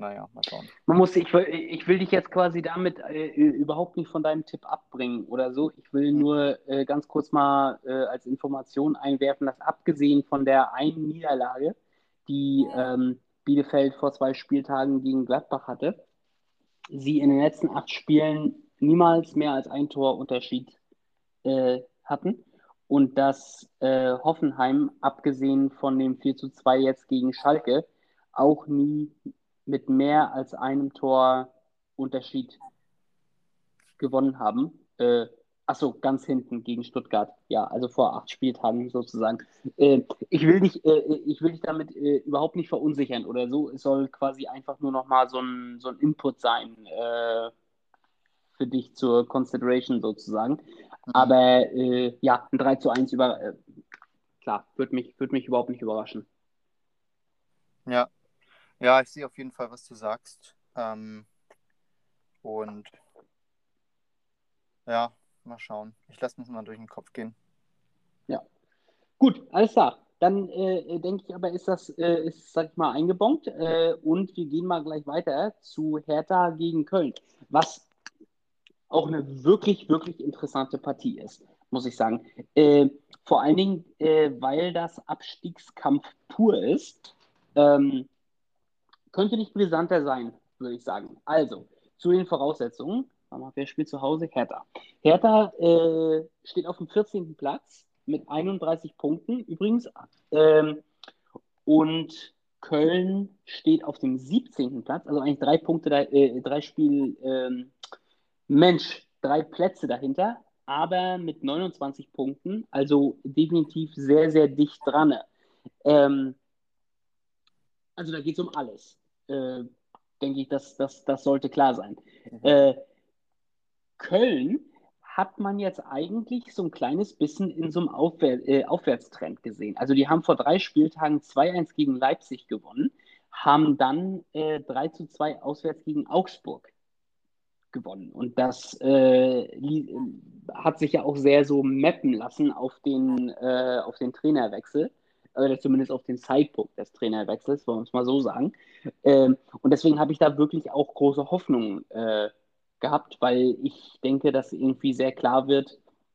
naja, mal schauen. Ich will dich jetzt quasi damit überhaupt nicht von deinem Tipp abbringen oder so. Ich will nur ganz kurz mal als Information einwerfen, dass abgesehen von der einen Niederlage, die Bielefeld vor 2 Spieltagen gegen Gladbach hatte, sie in den letzten 8 Spielen niemals mehr als ein Torunterschied hatten und dass Hoffenheim, abgesehen von dem 4:2 jetzt gegen Schalke, auch nie mit mehr als einem Tor Unterschied gewonnen haben. Achso, ganz hinten gegen Stuttgart. Ja, also vor 8 Spieltagen sozusagen. Ich will dich damit überhaupt nicht verunsichern oder so. Es soll quasi einfach nur nochmal so ein Input sein für dich zur Consideration sozusagen. Aber ja, ein 3:1 klar, würde mich überhaupt nicht überraschen. Ja. Ja, ich sehe auf jeden Fall, was du sagst. Und ja, mal schauen. Ich lasse mir das mal durch den Kopf gehen. Ja. Gut, alles klar. Dann denke ich aber, sag ich mal, eingebongt. Und wir gehen mal gleich weiter zu Hertha gegen Köln. Was auch eine wirklich, wirklich interessante Partie ist, muss ich sagen. Vor allen Dingen, weil das Abstiegskampf pur ist. Könnte nicht brisanter sein, würde ich sagen. Also, zu den Voraussetzungen. Wer spielt zu Hause? Hertha. Hertha steht auf dem 14. Platz mit 31 Punkten übrigens. Und Köln steht auf dem 17. Platz, also eigentlich 3 Punkte, 3 Spiel, Mensch, 3 Plätze dahinter, aber mit 29 Punkten, also definitiv sehr, sehr dicht dran. Ähm, also da geht es um alles. Äh, denke ich, das sollte klar sein. Äh, Köln hat man jetzt eigentlich so ein kleines bisschen in so einem Aufwärtstrend gesehen. Also die haben vor 3 Spieltagen 2:1 gegen Leipzig gewonnen, haben dann 3:2 auswärts gegen Augsburg gewonnen. Und das hat sich ja auch sehr so mappen lassen auf den Trainerwechsel, oder zumindest auf den Zeitpunkt des Trainerwechsels, wollen wir es mal so sagen. Und deswegen habe ich da wirklich auch große Hoffnungen gehabt, weil ich denke, dass irgendwie sehr klar wird,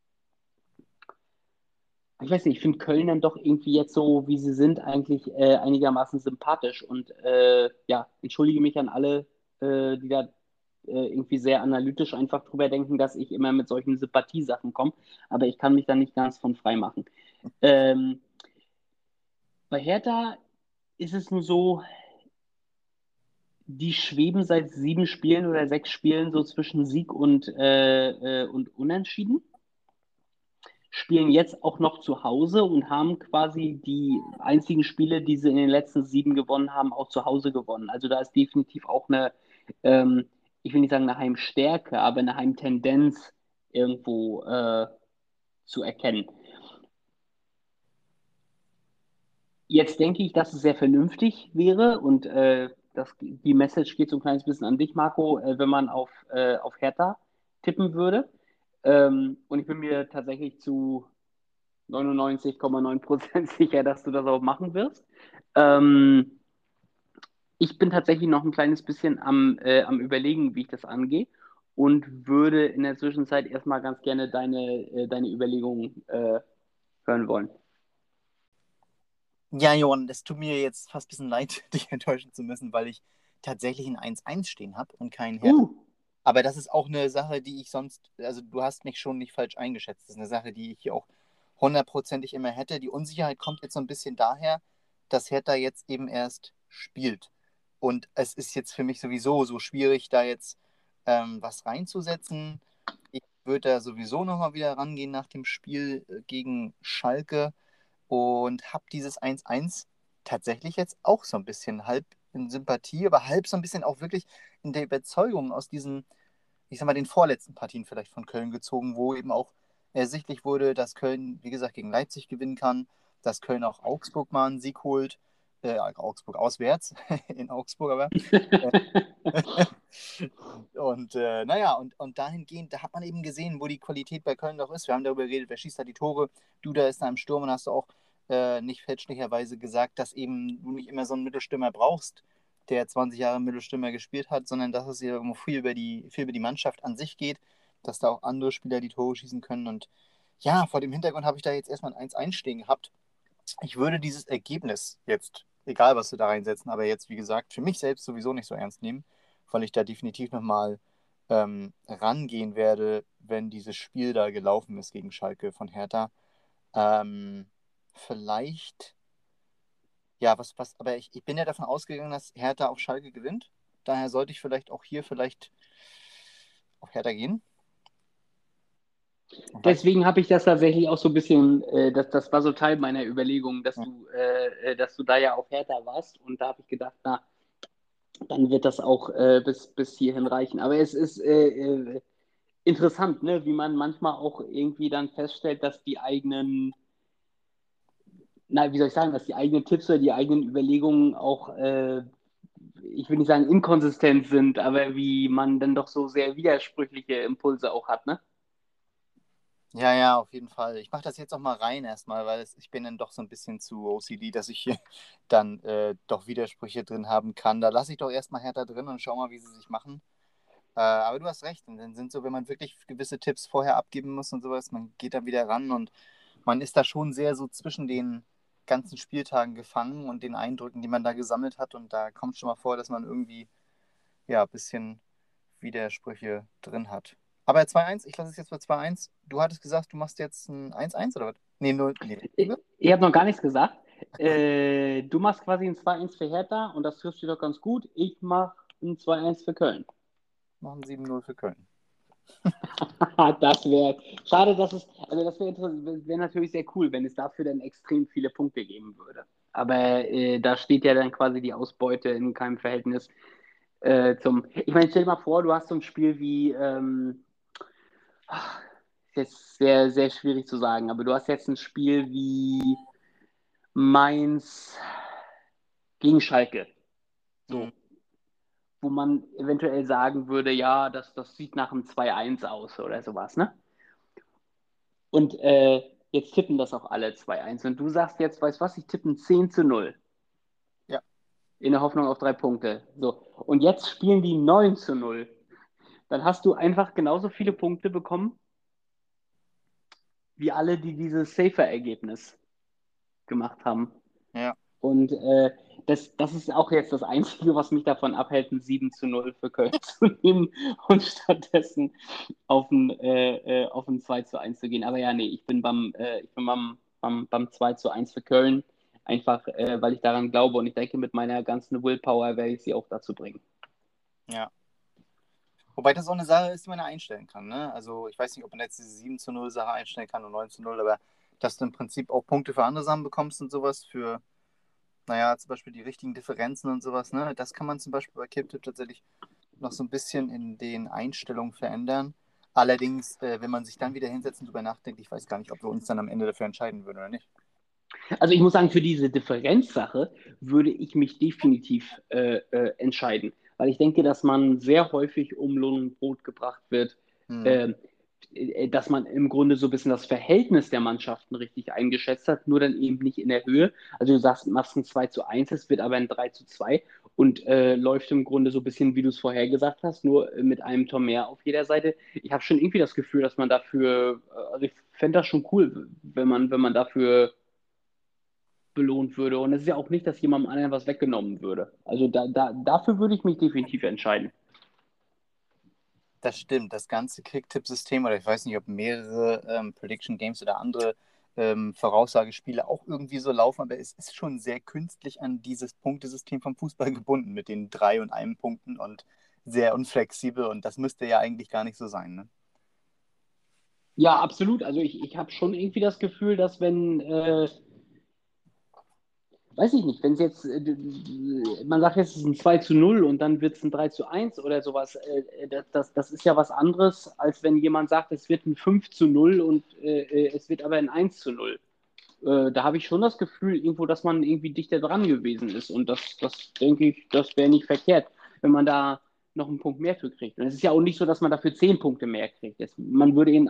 ich weiß nicht, ich finde Köln dann doch irgendwie jetzt so, wie sie sind, eigentlich einigermaßen sympathisch. Und ja, entschuldige mich an alle, die da irgendwie sehr analytisch einfach drüber denken, dass ich immer mit solchen Sympathiesachen komme. Aber ich kann mich da nicht ganz von frei machen. Ähm, bei Hertha ist es nur so, die schweben seit 7 Spielen oder 6 Spielen so zwischen Sieg und Unentschieden. Spielen jetzt auch noch zu Hause und haben quasi die einzigen Spiele, die sie in den letzten 7 gewonnen haben, auch zu Hause gewonnen. Also da ist definitiv auch ähm, ich will nicht sagen eine Heimstärke, aber eine Heimtendenz irgendwo zu erkennen. Jetzt denke ich, dass es sehr vernünftig wäre und die Message geht so ein kleines bisschen an dich, Marco, wenn man auf Hertha tippen würde. Und ich bin mir tatsächlich zu 99,9% sicher, dass du das auch machen wirst. Ähm, ich bin tatsächlich noch ein kleines bisschen am Überlegen, wie ich das angehe und würde in der Zwischenzeit erstmal ganz gerne deine Überlegungen hören wollen. Ja, Johann, das tut mir jetzt fast ein bisschen leid, dich enttäuschen zu müssen, weil ich tatsächlich ein 1:1 stehen habe und keinen Hertha. Uh, Aber das ist auch eine Sache, die ich sonst, also du hast mich schon nicht falsch eingeschätzt. Das ist eine Sache, die ich hier auch hundertprozentig immer hätte. Die Unsicherheit kommt jetzt so ein bisschen daher, dass Hertha jetzt eben erst spielt. Und es ist jetzt für mich sowieso so schwierig, da jetzt was reinzusetzen. Ich würde da sowieso nochmal wieder rangehen nach dem Spiel gegen Schalke und habe dieses 1:1 tatsächlich jetzt auch so ein bisschen halb in Sympathie, aber halb so ein bisschen auch wirklich in der Überzeugung aus diesen, ich sag mal, den vorletzten Partien vielleicht von Köln gezogen, wo eben auch ersichtlich wurde, dass Köln, wie gesagt, gegen Leipzig gewinnen kann, dass Köln auch Augsburg mal einen Sieg holt, Augsburg auswärts, in Augsburg aber. Äh, und naja, und dahingehend, da hat man eben gesehen, wo die Qualität bei Köln doch ist. Wir haben darüber geredet, wer schießt da die Tore. Du da ist da im Sturm und hast du auch nicht fälschlicherweise gesagt, dass eben du nicht immer so einen Mittelstürmer brauchst, der 20 Jahre Mittelstürmer gespielt hat, sondern dass es hier viel über die Mannschaft an sich geht, dass da auch andere Spieler die Tore schießen können. Und ja, vor dem Hintergrund habe ich da jetzt erstmal ein 1-1 stehen gehabt. Ich würde dieses Ergebnis jetzt, egal was wir da reinsetzen, aber jetzt, wie gesagt, für mich selbst sowieso nicht so ernst nehmen, weil ich da definitiv nochmal rangehen werde, wenn dieses Spiel da gelaufen ist gegen Schalke von Hertha. Vielleicht, ja, aber ich bin ja davon ausgegangen, dass Hertha auf Schalke gewinnt. Daher sollte ich vielleicht auch hier vielleicht auf Hertha gehen. Deswegen habe ich das tatsächlich auch so ein bisschen, das war so Teil meiner Überlegung, dass du da ja auf Hertha warst. Und da habe ich gedacht, na, dann wird das auch bis hierhin reichen. Aber es ist interessant, ne, wie man manchmal auch irgendwie dann feststellt, dass die eigenen, na, wie soll ich sagen, dass die eigenen Tipps oder die eigenen Überlegungen auch, ich will nicht sagen inkonsistent sind, aber wie man dann doch so sehr widersprüchliche Impulse auch hat, ne? Ja, ja, auf jeden Fall. Ich mache das jetzt auch mal rein erstmal, weil ich bin dann doch so ein bisschen zu OCD, dass ich hier dann doch Widersprüche drin haben kann. Da lasse ich doch erstmal Hertha drin und schau mal, wie sie sich machen. Aber du hast recht. Und dann sind so, wenn man wirklich gewisse Tipps vorher abgeben muss und sowas, man geht da wieder ran und man ist da schon sehr so zwischen den ganzen Spieltagen gefangen und den Eindrücken, die man da gesammelt hat. Und da kommt schon mal vor, dass man irgendwie ja ein bisschen Widersprüche drin hat. Aber 2-1, ich lasse es jetzt bei 2-1. Du hattest gesagt, du machst jetzt ein 1-1 oder was? Nee, 0. Nee. Ich habe noch gar nichts gesagt. Du machst quasi ein 2-1 für Hertha und das trifft dich doch ganz gut. Ich mache ein 2-1 für Köln. Machen 7-0 für Köln. Das wäre schade, also das wäre natürlich sehr cool, wenn es dafür dann extrem viele Punkte geben würde. Aber da steht ja dann quasi die Ausbeute in keinem Verhältnis ich meine, stell dir mal vor, du hast so ein Spiel wie, ist jetzt sehr, sehr schwierig zu sagen, aber du hast jetzt ein Spiel wie Mainz gegen Schalke. Mhm. So, wo man eventuell sagen würde, ja, das sieht nach einem 2-1 aus oder sowas, ne? Und jetzt tippen das auch alle 2-1. Und du sagst jetzt, weißt du was, ich tippe ein 10-0 Ja, in der Hoffnung auf 3 Punkte. So, und jetzt spielen die 9-0. Dann hast du einfach genauso viele Punkte bekommen, wie alle, die dieses Safer-Ergebnis gemacht haben. ja. Und das ist auch jetzt das Einzige, was mich davon abhält, ein 7-0 für Köln zu nehmen und stattdessen auf ein 2-1 zu gehen. Aber ja, nee, ich bin beim 2-1 für Köln, einfach weil ich daran glaube und ich denke, mit meiner ganzen Willpower werde ich sie auch dazu bringen. Ja. Wobei das auch eine Sache ist, die man ja einstellen kann. Ne? Also ich weiß nicht, ob man jetzt diese 7-0 Sache einstellen kann und 9-0, aber dass du im Prinzip auch Punkte für andere Sachen bekommst und sowas, für, naja, zum Beispiel die richtigen Differenzen und sowas, ne? Das kann man zum Beispiel bei Kipptipp tatsächlich noch so ein bisschen in den Einstellungen verändern. Allerdings, wenn man sich dann wieder hinsetzt und drüber nachdenkt, ich weiß gar nicht, ob wir uns dann am Ende dafür entscheiden würden oder nicht. Also ich muss sagen, für diese Differenzsache würde ich mich definitiv entscheiden, weil ich denke, dass man sehr häufig um Lohn und Brot gebracht wird, Hm. äh, dass man im Grunde so ein bisschen das Verhältnis der Mannschaften richtig eingeschätzt hat, nur dann eben nicht in der Höhe. Also du sagst, machst ein 2-1, es wird aber ein 3-2 und läuft im Grunde so ein bisschen, wie du es vorher gesagt hast, nur mit einem Tor mehr auf jeder Seite. Ich habe schon irgendwie das Gefühl, dass man dafür, also ich fände das schon cool, wenn man dafür belohnt würde. Und es ist ja auch nicht, dass jemandem anderen was weggenommen würde. Also dafür würde ich mich definitiv entscheiden. Das stimmt, das ganze Kicktipp-System, oder ich weiß nicht, ob mehrere Prediction Games oder andere Voraussagespiele auch irgendwie so laufen, aber es ist schon sehr künstlich an dieses Punktesystem vom Fußball gebunden mit den 3 und 1 Punkten und sehr unflexibel und das müsste ja eigentlich gar nicht so sein, ne? Ja, absolut. Also ich habe schon irgendwie das Gefühl, dass wenn, weiß ich nicht, wenn es jetzt, man sagt jetzt, es ist ein 2-0 und dann wird es ein 3-1 oder sowas, das ist ja was anderes, als wenn jemand sagt, es wird ein 5-0 und es wird aber ein 1-0. Da habe ich schon das Gefühl, irgendwo, dass man irgendwie dichter dran gewesen ist. Und das denke ich, das wäre nicht verkehrt, wenn man da noch einen Punkt mehr für kriegt. Und es ist ja auch nicht so, dass man dafür 10 Punkte mehr kriegt. Man würde eben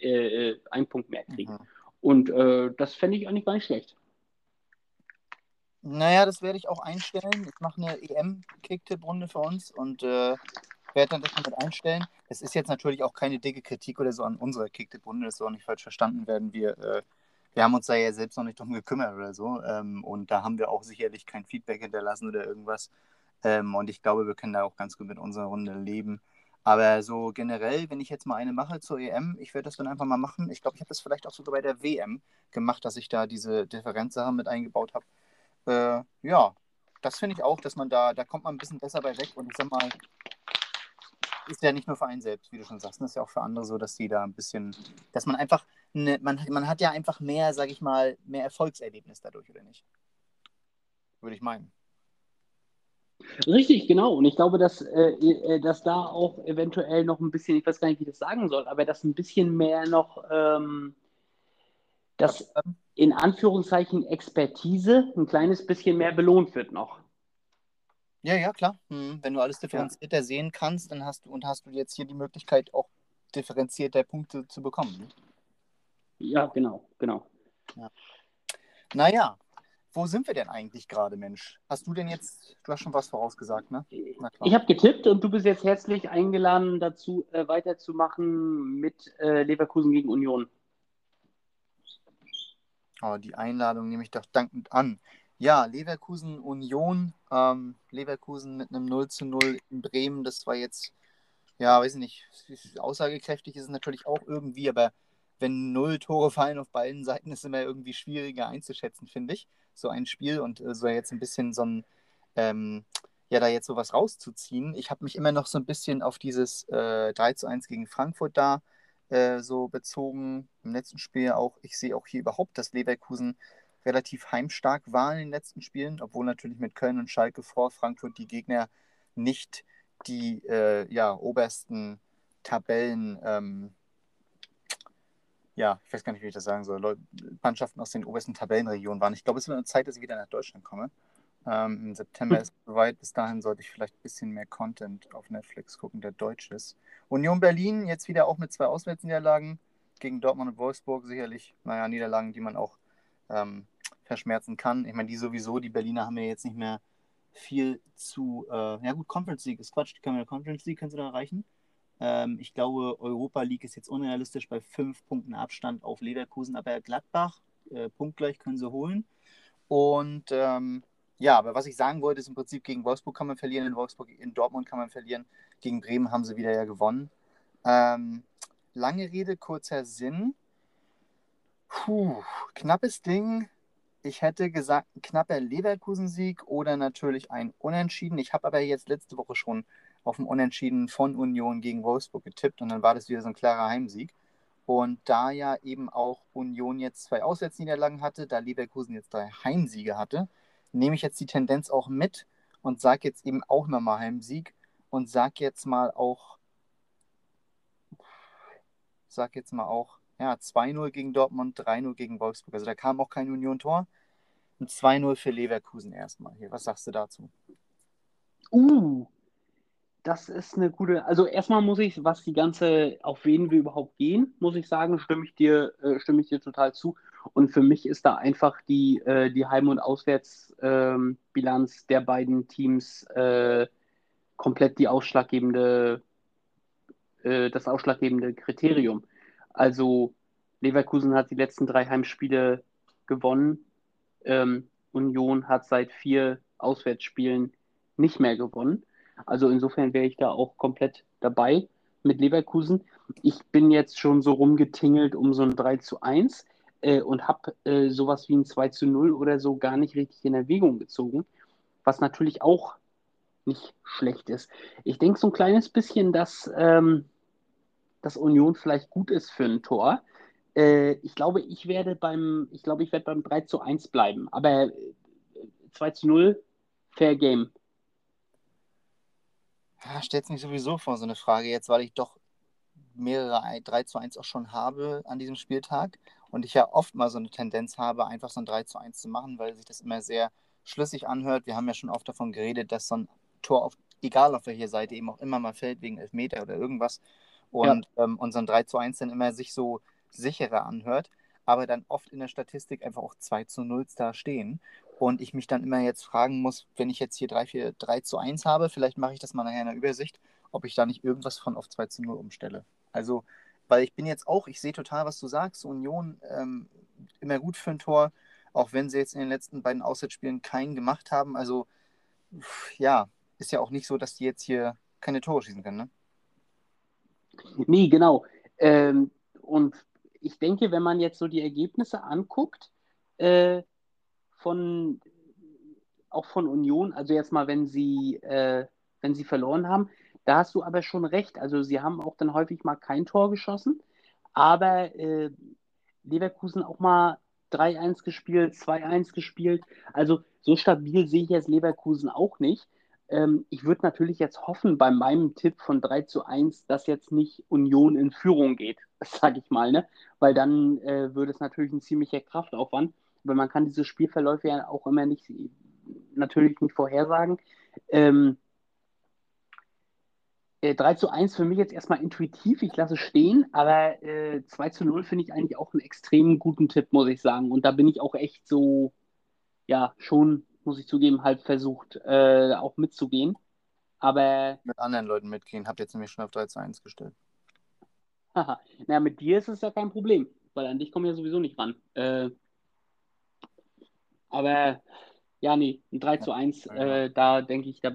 einen Punkt mehr kriegen. Mhm. Und das fände ich eigentlich gar nicht schlecht. Naja, das werde ich auch einstellen. Ich mache eine EM-Kick-Tipp-Runde für uns und werde dann das mal mit einstellen. Es ist jetzt natürlich auch keine dicke Kritik oder so an unserer Kick-Tipp-Runde, das soll auch nicht falsch verstanden werden. Wir haben uns da ja selbst noch nicht drum gekümmert oder so. Und da haben wir auch sicherlich kein Feedback hinterlassen oder irgendwas. Und ich glaube, wir können da auch ganz gut mit unserer Runde leben. Aber so generell, wenn ich jetzt mal eine mache zur EM, ich werde das dann einfach mal machen. Ich glaube, ich habe das vielleicht auch sogar bei der WM gemacht, dass ich da diese Differenzsache mit eingebaut habe. Ja, das finde ich auch, dass da kommt man ein bisschen besser bei weg. Und ich sag mal, ist ja nicht nur für einen selbst, wie du schon sagst, das ist ja auch für andere so, dass die da ein bisschen, dass man einfach, man hat ja einfach mehr, sag ich mal, mehr Erfolgserlebnis dadurch, oder nicht? Würde ich meinen. Richtig, genau. Und ich glaube, dass da auch eventuell noch ein bisschen, ich weiß gar nicht, wie ich das sagen soll, aber dass ein bisschen mehr noch dass in Anführungszeichen Expertise ein kleines bisschen mehr belohnt wird noch. Ja, ja, klar. Wenn du alles Ja, differenzierter sehen kannst, dann hast du jetzt hier die Möglichkeit, auch differenzierter Punkte zu bekommen. Ne? ja, genau, genau. Ja. Naja, wo sind wir denn eigentlich gerade, Mensch? Hast du denn jetzt, du hast schon was vorausgesagt, ne? Na Ich klar. habe getippt und du bist jetzt herzlich eingeladen, dazu weiterzumachen mit Leverkusen gegen Union. Aber die Einladung nehme ich doch dankend an. Ja, Leverkusen Union, Leverkusen mit einem 0:0 in Bremen, das war jetzt, ja, weiß ich nicht, aussagekräftig ist es natürlich auch irgendwie, aber wenn 0 Tore fallen auf beiden Seiten, ist es immer irgendwie schwieriger einzuschätzen, finde ich. So ein Spiel und so jetzt ein bisschen ähm, ja, da jetzt sowas rauszuziehen. Ich habe mich immer noch so ein bisschen auf dieses 3:1 gegen Frankfurt da so bezogen. Im letzten Spiel auch. Ich sehe auch hier überhaupt, dass Leverkusen relativ heimstark war in den letzten Spielen, obwohl natürlich mit Köln und Schalke vor Frankfurt die Gegner nicht die ja, obersten Tabellen, ja, ich weiß gar nicht, wie ich das sagen soll, Mannschaften aus den obersten Tabellenregionen waren. Ich glaube, es wird eine Zeit, dass ich wieder nach Deutschland komme. Im September ist es soweit. Bis dahin sollte ich vielleicht ein bisschen mehr Content auf Netflix gucken, der deutsch ist. Union Berlin jetzt wieder auch mit 2 Auswärtsniederlagen gegen Dortmund und Wolfsburg. Sicherlich, naja, Niederlagen, die man auch ähm, verschmerzen kann. Ich meine, die Berliner haben ja jetzt nicht mehr viel ja gut, Conference League ist Quatsch, die können wir Conference League können sie da erreichen. Ich glaube, Europa League ist jetzt unrealistisch bei 5 Punkten Abstand auf Leverkusen, aber Gladbach, punktgleich können sie holen. Und ja, aber was ich sagen wollte, ist im Prinzip, gegen Wolfsburg kann man verlieren, in Dortmund kann man verlieren, gegen Bremen haben sie wieder ja gewonnen. Ähm, lange Rede, kurzer Sinn. Puh, knappes Ding. Ich hätte gesagt, ein knapper Leverkusen-Sieg oder natürlich ein Unentschieden. Ich habe aber jetzt letzte Woche schon auf ein Unentschieden von Union gegen Wolfsburg getippt und dann war das wieder so ein klarer Heimsieg. Und da ja eben auch Union jetzt 2 Auswärtsniederlagen hatte, da Leverkusen jetzt 3 Heimsiege hatte, nehme ich jetzt die Tendenz auch mit und sage jetzt eben auch nochmal Heimsieg und sag jetzt mal auch, ja, 2:0 gegen Dortmund, 3:0 gegen Wolfsburg. Also da kam auch kein Union-Tor. Ein 2:0 für Leverkusen erstmal hier. Was sagst du dazu? Uh, Das ist eine gute. Also erstmal muss ich, was die ganze, auf wen wir überhaupt gehen, muss ich sagen, stimme ich dir total zu. Und für mich ist da einfach die Heim- und Auswärtsbilanz der beiden Teams komplett das ausschlaggebende Kriterium. Also Leverkusen hat die letzten 3 Heimspiele gewonnen. Union hat seit 4 Auswärtsspielen nicht mehr gewonnen. Also insofern wäre ich da auch komplett dabei mit Leverkusen. Ich bin jetzt schon so rumgetingelt um so ein 3:1 und habe sowas wie ein 2:0 oder so gar nicht richtig in Erwägung gezogen, was natürlich auch nicht schlecht ist. Ich denke so ein kleines bisschen, dass Union vielleicht gut ist für ein Tor. Ich glaube, ich werde beim 3:1 bleiben. Aber 2:0, Fair Game. Ja, stellt mich sowieso vor, so eine Frage jetzt, weil ich doch mehrere 3:1 auch schon habe an diesem Spieltag und ich ja oft mal so eine Tendenz habe, einfach so ein 3:1 zu machen, weil sich das immer sehr schlüssig anhört. Wir haben ja schon oft davon geredet, dass so ein Tor, egal auf welcher Seite eben auch immer mal fällt, wegen Elfmeter oder irgendwas Ja, und so ein 3:1 dann immer sich so sicherer anhört, aber dann oft in der Statistik einfach auch 2:0 da stehen. und ich mich dann immer jetzt fragen muss, wenn ich jetzt hier 3-1 habe, vielleicht mache ich das mal nachher in der Übersicht, ob ich da nicht irgendwas von auf 2-0 umstelle. Also, weil ich bin jetzt auch, ich sehe total, was du sagst, Union immer gut für ein Tor, auch wenn sie jetzt in den letzten beiden Auswärtsspielen keinen gemacht haben. Also, ja, ist ja auch nicht so, dass die jetzt hier keine Tore schießen können, ne? Nee, genau. Ähm, und ich denke, wenn man jetzt so die Ergebnisse anguckt, äh, von, auch von Union, also jetzt mal, wenn sie verloren haben, da hast du aber schon recht. Also sie haben auch dann häufig mal kein Tor geschossen, aber Leverkusen auch mal 3-1 gespielt, 2-1 gespielt. Also so stabil sehe ich jetzt Leverkusen auch nicht. Ich würde natürlich jetzt hoffen, bei meinem Tipp von 3-1, dass jetzt nicht Union in Führung geht, sage ich mal, ne? Weil dann würde es natürlich ein ziemlicher Kraftaufwand, weil man kann diese Spielverläufe ja auch immer nicht, natürlich nicht vorhersagen. Ähm, 3-1 für mich jetzt erstmal intuitiv, ich lasse es stehen, aber 2-0 finde ich eigentlich auch einen extrem guten Tipp, muss ich sagen. Und da bin ich auch echt so, ja, schon, muss ich zugeben, halt versucht, auch mitzugehen. Aber, Mit anderen Leuten mitgehen. Hab jetzt nämlich schon auf 3-1 gestellt. haha, naja, mit dir ist es ja kein Problem, weil an dich kommen wir ja sowieso nicht ran. Aber, ja, nee, ein 3 Ja, zu 1, ja. da denke ich,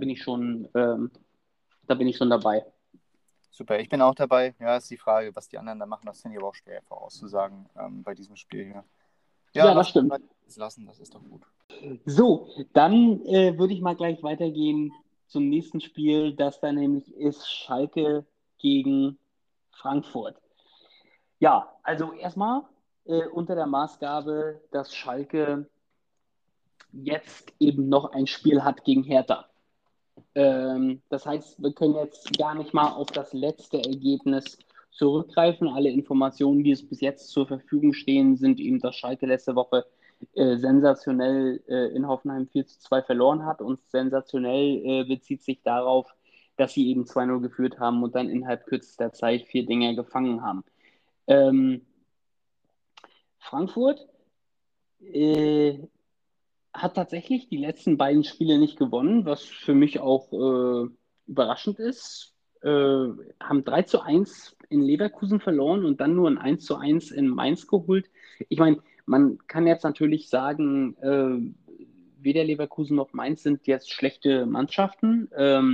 da bin ich schon dabei. Super, ich bin auch dabei. Ja, ist die Frage, was die anderen da machen. Das finde ich aber auch schwer vorauszusagen bei diesem Spiel hier. Ja, Ja, das lass uns stimmt. 3-1 lassen, das ist doch gut. So, dann würde ich mal gleich weitergehen zum nächsten Spiel, das da nämlich ist Schalke gegen Frankfurt. Ja, also erstmal unter der Maßgabe, dass Schalke jetzt eben noch ein Spiel hat gegen Hertha. Das heißt, wir können jetzt gar nicht mal auf das letzte Ergebnis zurückgreifen. Alle Informationen, die es bis jetzt zur Verfügung stehen, sind eben, dass Schalke letzte Woche sensationell in Hoffenheim 4-2 verloren hat. Und sensationell bezieht sich darauf, dass sie eben 2-0 geführt haben und dann innerhalb kürzester Zeit 4 Dinger gefangen haben. Ähm, Frankfurt äh, hat tatsächlich die letzten beiden Spiele nicht gewonnen, was für mich auch überraschend ist. Haben 3-1 in Leverkusen verloren und dann nur ein 1-1 in Mainz geholt. Ich meine, man kann jetzt natürlich sagen, weder Leverkusen noch Mainz sind jetzt schlechte Mannschaften.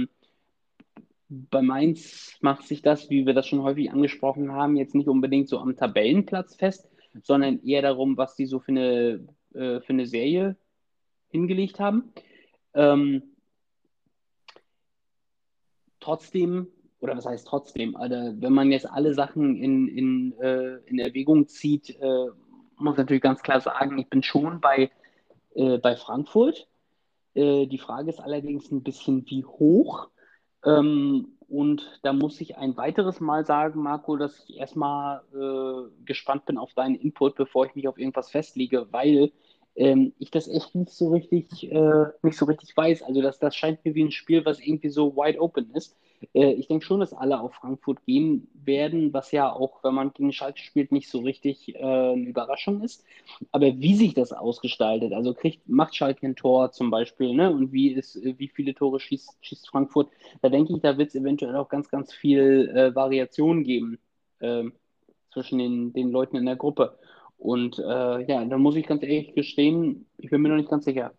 Bei Mainz macht sich das, wie wir das schon häufig angesprochen haben, jetzt nicht unbedingt so am Tabellenplatz fest, sondern eher darum, was die so für eine Serie hingelegt haben. Ähm, trotzdem, oder was heißt trotzdem, Alter, wenn man jetzt alle Sachen in Erwägung zieht, muss ich natürlich ganz klar sagen, ich bin schon bei Frankfurt. Die Frage ist allerdings ein bisschen, wie hoch. Und da muss ich ein weiteres Mal sagen, Marco, dass ich erstmal gespannt bin auf deinen Input, bevor ich mich auf irgendwas festlege, weil ich das echt nicht so richtig weiß. Also das scheint mir wie ein Spiel, was irgendwie so wide open ist. Ich denke schon, dass alle auf Frankfurt gehen werden, was ja auch, wenn man gegen Schalke spielt, nicht so richtig eine Überraschung ist. Aber wie sich das ausgestaltet, also macht Schalke ein Tor zum Beispiel, ne? Und wie viele Tore schießt Frankfurt, da denke ich, da wird es eventuell auch ganz, ganz viel Variation geben ähm, zwischen den Leuten in der Gruppe. Und ja, da muss ich ganz ehrlich gestehen, ich bin mir noch nicht ganz sicher.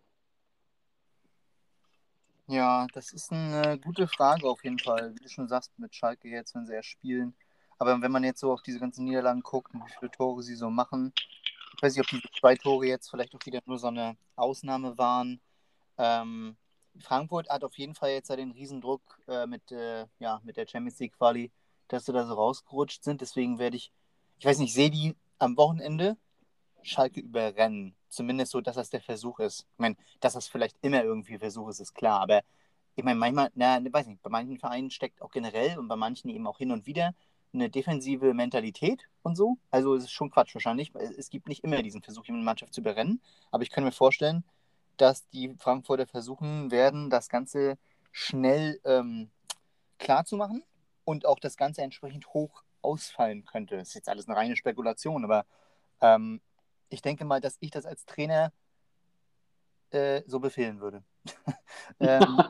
Ja, das ist eine gute Frage auf jeden Fall. Wie du schon sagst, mit Schalke jetzt, wenn sie erst spielen. Aber wenn man jetzt so auf diese ganzen Niederlagen guckt und wie viele Tore sie so machen, ich weiß nicht, ob diese 2 Tore jetzt vielleicht auch wieder nur so eine Ausnahme waren. Ähm, Frankfurt hat auf jeden Fall jetzt ja den Riesendruck ja, mit der Champions League Quali, dass sie da so rausgerutscht sind. Deswegen ich weiß nicht, sehe die am Wochenende Schalke überrennen. Zumindest so, dass das der Versuch ist. Ich meine, dass das vielleicht immer irgendwie ein Versuch ist, ist klar. Aber ich meine, manchmal, weiß nicht, bei manchen Vereinen steckt auch generell und bei manchen eben auch hin und wieder eine defensive Mentalität und so. Also es ist schon Quatsch wahrscheinlich. Es gibt nicht immer diesen Versuch, jemand Mannschaft zu überrennen. Aber ich kann mir vorstellen, dass die Frankfurter versuchen werden, das Ganze schnell klar zu machen und auch das Ganze entsprechend hoch ausfallen könnte. Das ist jetzt alles eine reine Spekulation, aber ähm, ich denke mal, dass ich das als Trainer so befehlen würde. ähm,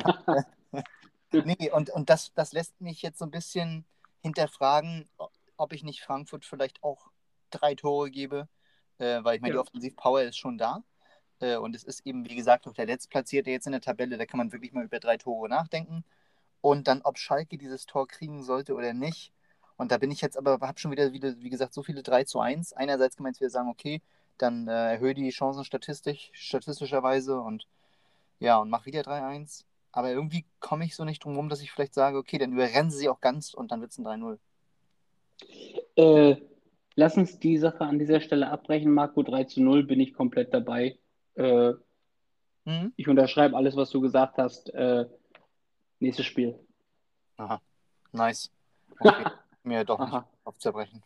Nee, und das lässt mich jetzt so ein bisschen hinterfragen, ob ich nicht Frankfurt vielleicht auch 3 Tore gebe, weil ich meine, die Ja. Offensivpower ist schon da. Und es ist eben, wie gesagt, auch der Letztplatzierte jetzt in der Tabelle, da kann man wirklich mal über 3 Tore nachdenken. Und dann, ob Schalke dieses Tor kriegen sollte oder nicht. Und da bin ich jetzt aber, habe schon wieder, wie gesagt, so viele 3:1. Einerseits kann man jetzt wieder sagen, okay, dann erhöhe die Chancen statistischerweise und ja, und mach wieder 3:1. Aber irgendwie komme ich so nicht drum rum, dass ich vielleicht sage, okay, dann überrennen sie auch ganz und dann wird es ein 3:0. Äh, Lass uns die Sache an dieser Stelle abbrechen. Marco, 3:0 bin ich komplett dabei. Äh, Mhm. Ich unterschreibe alles, was du gesagt hast. Nächstes Spiel. Aha, nice. Okay, mir doch nicht Aha. aufzerbrechen.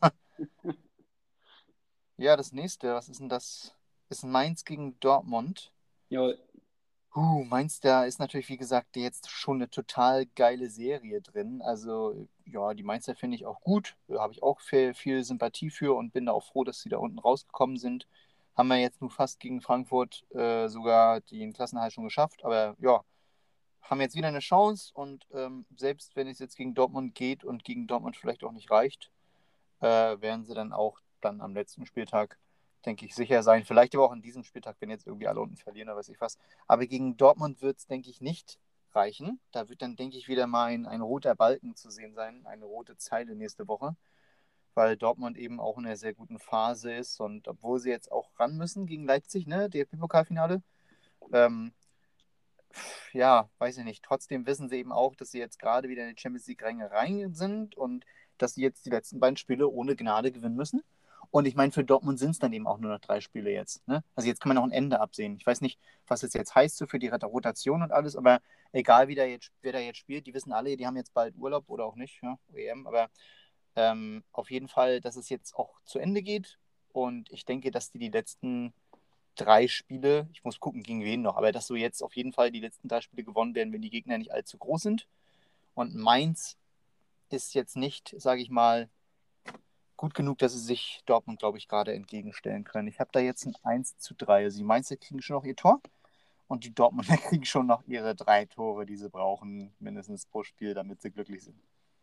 Ja, das nächste, was ist denn das? Ist Mainz gegen Dortmund. Ja, Mainz, da ist natürlich, wie gesagt, jetzt schon eine total geile Serie drin. Also, ja, die Mainzer finde ich auch gut. Da habe ich auch viel Sympathie für und bin da auch froh, dass sie da unten rausgekommen sind. Haben wir jetzt nur fast gegen Frankfurt sogar den Klassenerhalt schon geschafft. Aber ja, haben jetzt wieder eine Chance und selbst wenn es jetzt gegen Dortmund geht und gegen Dortmund vielleicht auch nicht reicht, werden sie dann auch dann am letzten Spieltag, denke ich, sicher sein. Vielleicht aber auch an diesem Spieltag, wenn jetzt irgendwie alle unten verlieren oder weiß ich was. Aber gegen Dortmund wird es, denke ich, nicht reichen. Da wird dann, denke ich, wieder mal ein roter Balken zu sehen sein, eine rote Zeile nächste Woche, weil Dortmund eben auch in einer sehr guten Phase ist und obwohl sie jetzt auch ran müssen gegen Leipzig, ne, DFB-Pokalfinale, ähm, ja, weiß ich nicht. Trotzdem wissen sie eben auch, dass sie jetzt gerade wieder in die Champions League-Ränge rein sind und dass sie jetzt die letzten beiden Spiele ohne Gnade gewinnen müssen. Und ich meine, für Dortmund sind es dann eben auch nur noch 3 Spiele jetzt. Ne? Also jetzt kann man auch ein Ende absehen. Ich weiß nicht, was es jetzt heißt so für die Rotation und alles, aber egal, wer da jetzt spielt, die wissen alle, die haben jetzt bald Urlaub oder auch nicht, ja, EM, aber auf jeden Fall, dass es jetzt auch zu Ende geht. Und ich denke, dass die letzten 3 Spiele, ich muss gucken, gegen wen noch, aber dass so jetzt auf jeden Fall die letzten 3 Spiele gewonnen werden, wenn die Gegner nicht allzu groß sind. Und Mainz ist jetzt nicht, sage ich mal, gut genug, dass sie sich Dortmund, glaube ich, gerade entgegenstellen können. Ich habe da jetzt ein 1:3. Also die Mainzer kriegen schon noch ihr Tor und die Dortmunder kriegen schon noch ihre 3 Tore, die sie brauchen, mindestens pro Spiel, damit sie glücklich sind.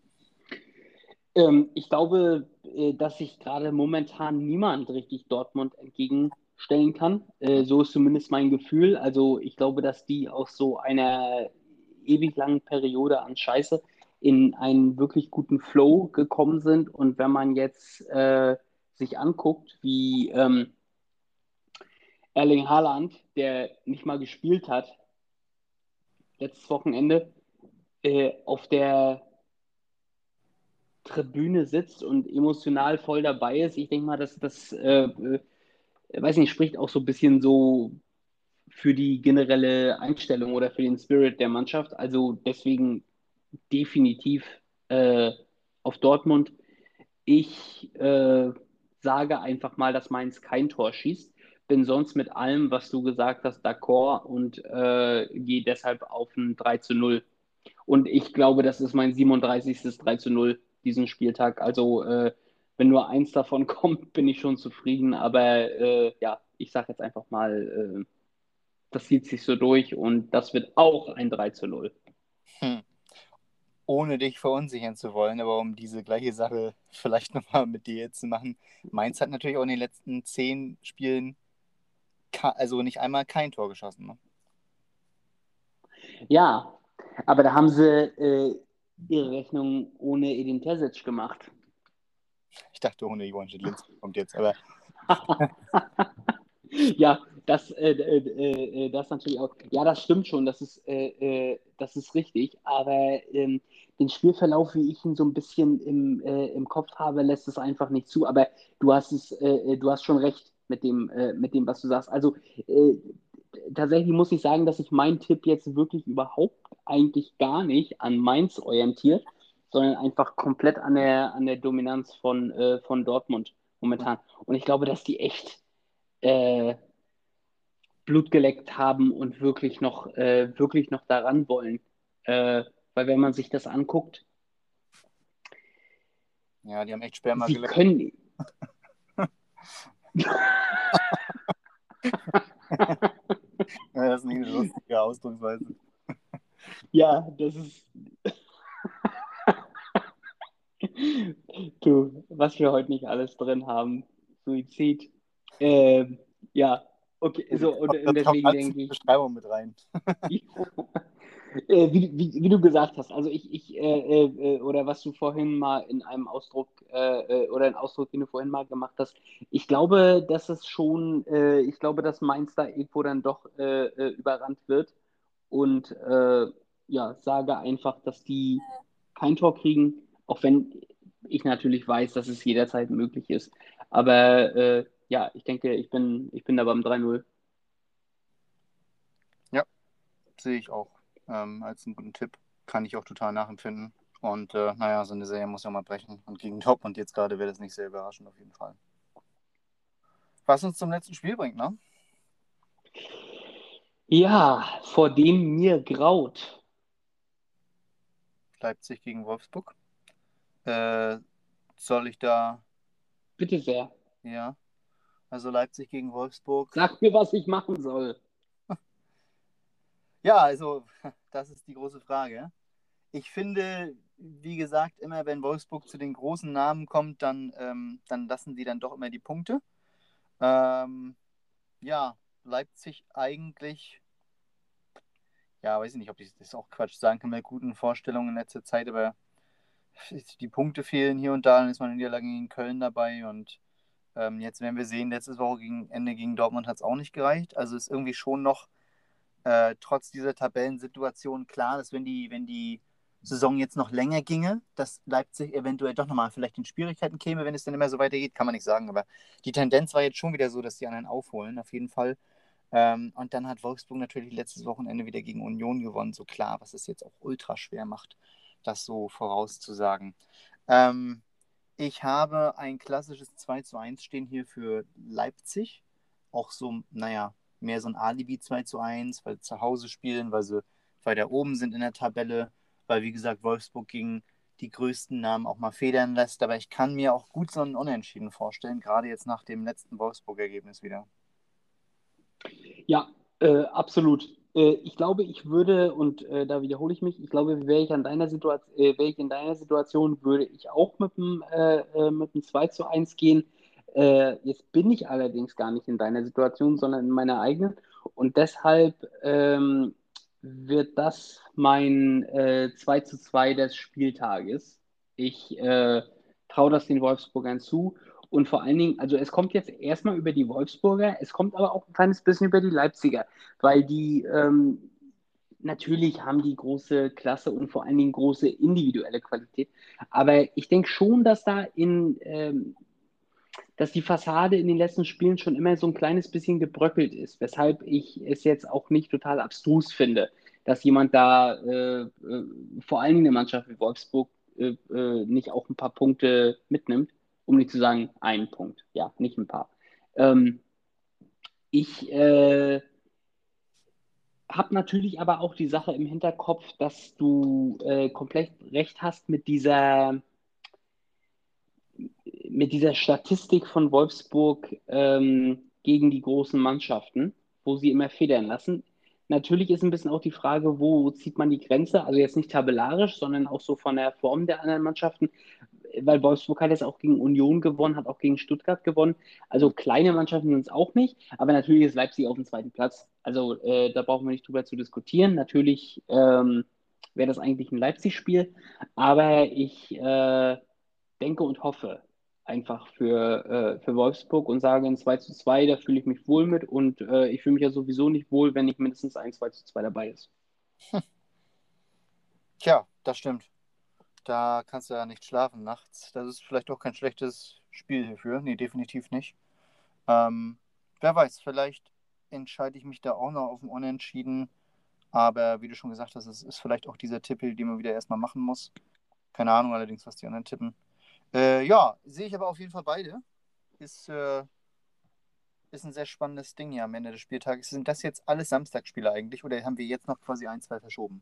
Ich glaube, dass sich gerade momentan niemand richtig Dortmund entgegenstellen kann. So ist zumindest mein Gefühl. Also ich glaube, dass die aus so einer ewig langen Periode an Scheiße in einen wirklich guten Flow gekommen sind. Und wenn man jetzt sich anguckt, wie Erling Haaland, der nicht mal gespielt hat, letztes Wochenende, auf der Tribüne sitzt und emotional voll dabei ist. Ich denke mal, dass das, weiß nicht, spricht auch so ein bisschen so für die generelle Einstellung oder für den Spirit der Mannschaft. Also deswegen definitiv äh, auf Dortmund. Ich sage einfach mal, dass Mainz kein Tor schießt. Bin sonst mit allem, was du gesagt hast, d'accord und gehe deshalb auf ein 3:0. Und ich glaube, das ist mein 37. 3:0 diesen Spieltag. Also, wenn nur eins davon kommt, bin ich schon zufrieden. Aber ja, ich sage jetzt einfach mal, das zieht sich so durch und das wird auch ein 3:0. Hm. Ohne dich verunsichern zu wollen, aber um diese gleiche Sache vielleicht nochmal mit dir jetzt zu machen. Mainz hat natürlich auch in den letzten 10 Spielen also nicht einmal kein Tor geschossen. Ne? Ja, aber da haben sie ihre Rechnung ohne Edin Terzic gemacht. Ich dachte, ohne Johann Schidlinski kommt jetzt, aber Ja, das natürlich auch. Ja, das stimmt schon, das ist richtig. Aber den Spielverlauf, wie ich ihn so ein bisschen im Kopf habe, lässt es einfach nicht zu. Aber du hast schon recht mit dem, was du sagst. Also äh, tatsächlich muss ich sagen, dass sich mein Tipp jetzt wirklich überhaupt eigentlich gar nicht an Mainz orientiert, sondern einfach komplett an der Dominanz von Dortmund momentan. Und ich glaube, dass die echt äh, Blut geleckt haben und wirklich noch daran wollen. Weil wenn man sich das anguckt, ja, die haben echt Sperma sie geleckt. können. Ja, das ist eine lustige Ausdrucksweise. Ja, das ist. Du, was wir heute nicht alles drin haben. Suizid. Ja, okay, Ja, so, und das kommt deswegen alles in denke die ich, Beschreibung mit rein. wie du gesagt hast, also oder was du vorhin mal in einem Ausdruck, oder ein Ausdruck, den du vorhin mal gemacht hast, ich glaube, dass es schon, ich glaube, dass Mainz da irgendwo dann doch überrannt wird und ja, sage einfach, dass die kein Tor kriegen, auch wenn ich natürlich weiß, dass es jederzeit möglich ist. Aber ja, ich denke, ich bin da beim 3-0. Ja, sehe ich auch als einen guten Tipp. Kann ich auch total nachempfinden. Und naja, so eine Serie muss ja mal brechen. Und gegen Dortmund jetzt gerade wäre das nicht sehr überraschend auf jeden Fall. Was uns zum letzten Spiel bringt, ne? Ja, vor dem mir graut. Leipzig gegen Wolfsburg. Äh, soll ich da, Bitte sehr. ja, also Leipzig gegen Wolfsburg. Sag mir, was ich machen soll. Ja, also das ist die große Frage. Ich finde, wie gesagt, immer wenn Wolfsburg zu den großen Namen kommt, dann lassen sie dann doch immer die Punkte. Ähm, ja, Leipzig eigentlich, ja, weiß ich nicht, ob ich das auch Quatsch sagen kann, mit guten Vorstellungen in letzter Zeit, aber die Punkte fehlen hier und da, dann ist man in Niederlage gegen Köln dabei und jetzt werden wir sehen, letzte Woche gegen Ende gegen Dortmund hat es auch nicht gereicht. Also ist irgendwie schon noch trotz dieser Tabellensituation klar, dass wenn die Saison jetzt noch länger ginge, dass Leipzig eventuell doch nochmal vielleicht in Schwierigkeiten käme, wenn es dann immer so weitergeht, kann man nicht sagen. Aber die Tendenz war jetzt schon wieder so, dass die anderen aufholen, auf jeden Fall. Und dann hat Wolfsburg natürlich letztes Wochenende wieder gegen Union gewonnen, so klar, was es jetzt auch ultra schwer macht, das so vorauszusagen. Ähm, ich habe ein klassisches 2:1 stehen hier für Leipzig. Auch so, naja, mehr so ein Alibi 2:1, weil sie zu Hause spielen, weil sie weiter oben sind in der Tabelle, weil, wie gesagt, Wolfsburg gegen die größten Namen auch mal federn lässt. Aber ich kann mir auch gut so einen Unentschieden vorstellen, gerade jetzt nach dem letzten Wolfsburg-Ergebnis wieder. Ja, absolut. Ich glaube, ich würde, und da wiederhole ich mich, ich glaube, wäre ich in deiner Situation, würde ich auch mit dem 2:1 gehen. Jetzt bin ich allerdings gar nicht in deiner Situation, sondern in meiner eigenen. Und deshalb wird das mein 2:2 des Spieltages. Ich traue das den Wolfsburgern zu. Und vor allen Dingen, also es kommt jetzt erstmal über die Wolfsburger, es kommt aber auch ein kleines bisschen über die Leipziger, weil die natürlich haben die große Klasse und vor allen Dingen große individuelle Qualität. Aber ich denke schon, dass die Fassade in den letzten Spielen schon immer so ein kleines bisschen gebröckelt ist, weshalb ich es jetzt auch nicht total abstrus finde, dass jemand da, vor allen Dingen eine Mannschaft wie Wolfsburg, nicht auch ein paar Punkte mitnimmt, um nicht zu sagen einen Punkt. Ja, nicht ein paar. Ähm, ich habe natürlich aber auch die Sache im Hinterkopf, dass du komplett recht hast mit dieser Statistik von Wolfsburg gegen die großen Mannschaften, wo sie immer federn lassen. Natürlich ist ein bisschen auch die Frage, wo zieht man die Grenze? Also jetzt nicht tabellarisch, sondern auch so von der Form der anderen Mannschaften, weil Wolfsburg hat jetzt auch gegen Union gewonnen, hat auch gegen Stuttgart gewonnen. Also kleine Mannschaften sind es auch nicht, aber natürlich ist Leipzig auf dem zweiten Platz. Also da brauchen wir nicht drüber zu diskutieren. Natürlich wäre das eigentlich ein Leipzig-Spiel, aber ich denke und hoffe einfach für Wolfsburg und sage ein 2:2, da fühle ich mich wohl mit und ich fühle mich ja sowieso nicht wohl, wenn nicht mindestens ein 2:2 dabei ist. Tja, das stimmt. Da kannst du ja nicht schlafen nachts. Das ist vielleicht auch kein schlechtes Spiel hierfür. Nee, definitiv nicht. Ähm, wer weiß, vielleicht entscheide ich mich da auch noch auf ein Unentschieden. Aber wie du schon gesagt hast, es ist vielleicht auch dieser Tippel, den man wieder erstmal machen muss. Keine Ahnung allerdings, was die anderen tippen. Ja, sehe ich aber auf jeden Fall beide. Ist ein sehr spannendes Ding hier am Ende des Spieltages. Sind das jetzt alles Samstagsspiele eigentlich oder haben wir jetzt noch quasi ein, zwei verschoben?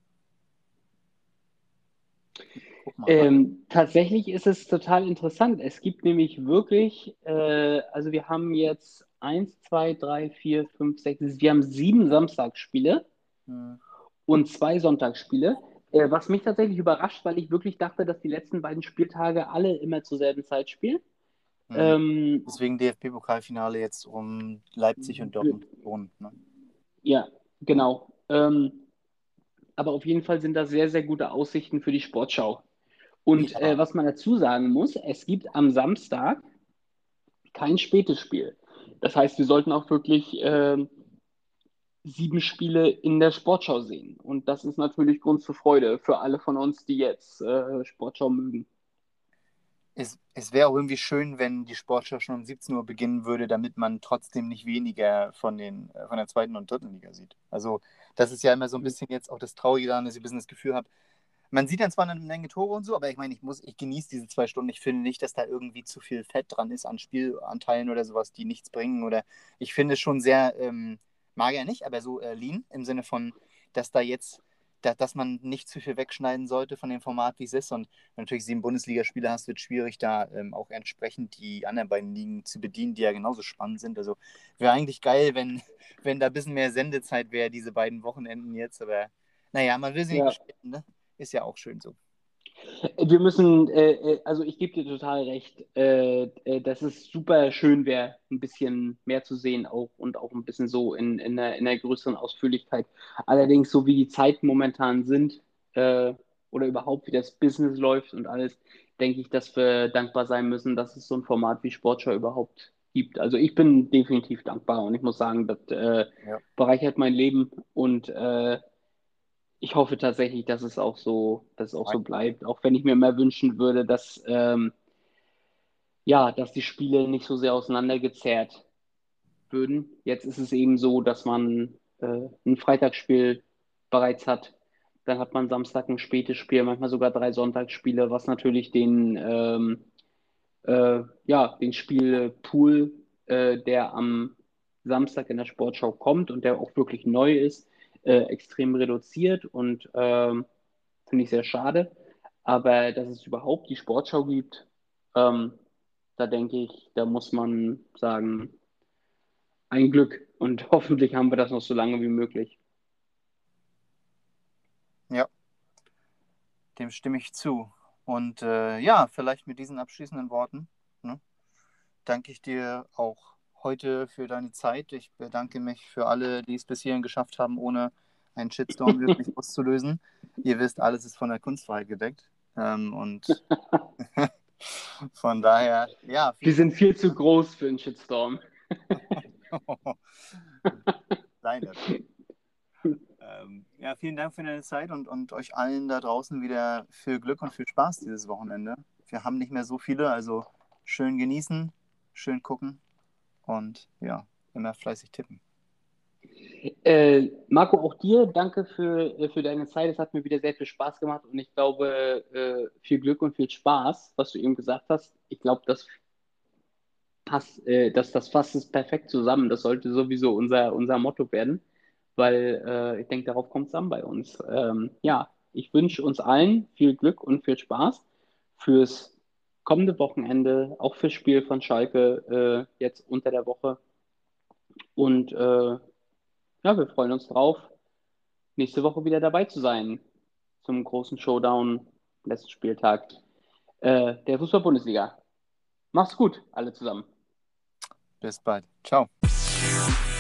Guck mal, ne? Tatsächlich ist es total interessant. Es gibt nämlich wirklich, also wir haben jetzt eins, zwei, drei, vier, fünf, sechs, wir haben 7 Samstagsspiele Hm. und 2 Sonntagsspiele. Was mich tatsächlich überrascht, weil ich wirklich dachte, dass die letzten beiden Spieltage alle immer zur selben Zeit spielen. Hm. Ähm, Deswegen DFB-Pokalfinale jetzt um Leipzig und Dortmund rum, ne? ja, genau. Aber auf jeden Fall sind das sehr, sehr gute Aussichten für die Sportschau. Und Ja, was man dazu sagen muss, es gibt am Samstag kein spätes Spiel. Das heißt, wir sollten auch wirklich 7 Spiele in der Sportschau sehen. Und das ist natürlich Grund zur Freude für alle von uns, die jetzt Sportschau mögen. es wäre auch irgendwie schön, wenn die Sportschau schon um 17 Uhr beginnen würde, damit man trotzdem nicht weniger von der zweiten und dritten Liga sieht. Also, das ist ja immer so ein bisschen jetzt auch das Traurige daran, dass ich ein bisschen das Gefühl habe, man sieht dann zwar eine Menge Tore und so, aber ich meine, ich genieße diese 2 Stunden. Ich finde nicht, dass da irgendwie zu viel Fett dran ist an Spielanteilen oder sowas, die nichts bringen. Oder ich finde es schon sehr, mager nicht, aber so lean im Sinne von, dass da jetzt, dass man nicht zu viel wegschneiden sollte von dem Format, wie es ist. Und wenn du natürlich 7 Bundesligaspiele hast, wird es schwierig, da auch entsprechend die anderen beiden Ligen zu bedienen, die ja genauso spannend sind. Also wäre eigentlich geil, wenn da ein bisschen mehr Sendezeit wäre, diese beiden Wochenenden jetzt. Aber naja, man will sie nicht Ja, beschweren, ne? Ist ja auch schön so. wir müssen, also ich gebe dir total recht, dass es super schön wäre, ein bisschen mehr zu sehen auch und auch ein bisschen so in der größeren Ausführlichkeit. Allerdings, so wie die Zeiten momentan sind oder überhaupt wie das Business läuft und alles, denke ich, dass wir dankbar sein müssen, dass es so ein Format wie Sportschau überhaupt gibt. Also ich bin definitiv dankbar und ich muss sagen, das Ja. bereichert mein Leben und ich hoffe tatsächlich, dass es auch so bleibt, auch wenn ich mir mehr wünschen würde, dass, ja, dass die Spiele nicht so sehr auseinandergezerrt würden. Jetzt ist es eben so, dass man ein Freitagsspiel bereits hat. Dann hat man Samstag ein spätes Spiel, manchmal sogar 3 Sonntagsspiele, was natürlich ja, den Spielpool, der am Samstag in der Sportschau kommt und der auch wirklich neu ist, extrem reduziert und finde ich sehr schade. Aber dass es überhaupt die Sportschau gibt, ähm, da denke ich, da muss man sagen, ein Glück. Und hoffentlich haben wir das noch so lange wie möglich. Ja, dem stimme ich zu. Und ja, vielleicht mit diesen abschließenden Worten, ne, danke ich dir auch heute für deine Zeit. Ich bedanke mich für alle, die es bis hierhin geschafft haben, ohne einen Shitstorm wirklich auszulösen. Ihr wisst, alles ist von der Kunstfreiheit gedeckt. Und von daher, ja, Wir vielen Dank. sind viel zu groß für einen Shitstorm. Nein, dafür. Ja, vielen Dank für deine Zeit und euch allen da draußen wieder viel Glück und viel Spaß dieses Wochenende. Wir haben nicht mehr so viele, also schön genießen, schön gucken und ja, immer fleißig tippen. Marco, auch dir danke für deine Zeit. Es hat mir wieder sehr viel Spaß gemacht und ich glaube, viel Glück und viel Spaß, was du eben gesagt hast. Ich glaube, das fasst es perfekt zusammen. Das sollte sowieso unser Motto werden, weil ich denke, darauf kommt es an bei uns. Ja, ich wünsche uns allen viel Glück und viel Spaß fürs kommende Wochenende, auch fürs Spiel von Schalke jetzt unter der Woche. Und ja, wir freuen uns drauf, nächste Woche wieder dabei zu sein zum großen Showdown, letzten Spieltag der Fußball-Bundesliga. Mach's gut, alle zusammen. Bis bald. Ciao.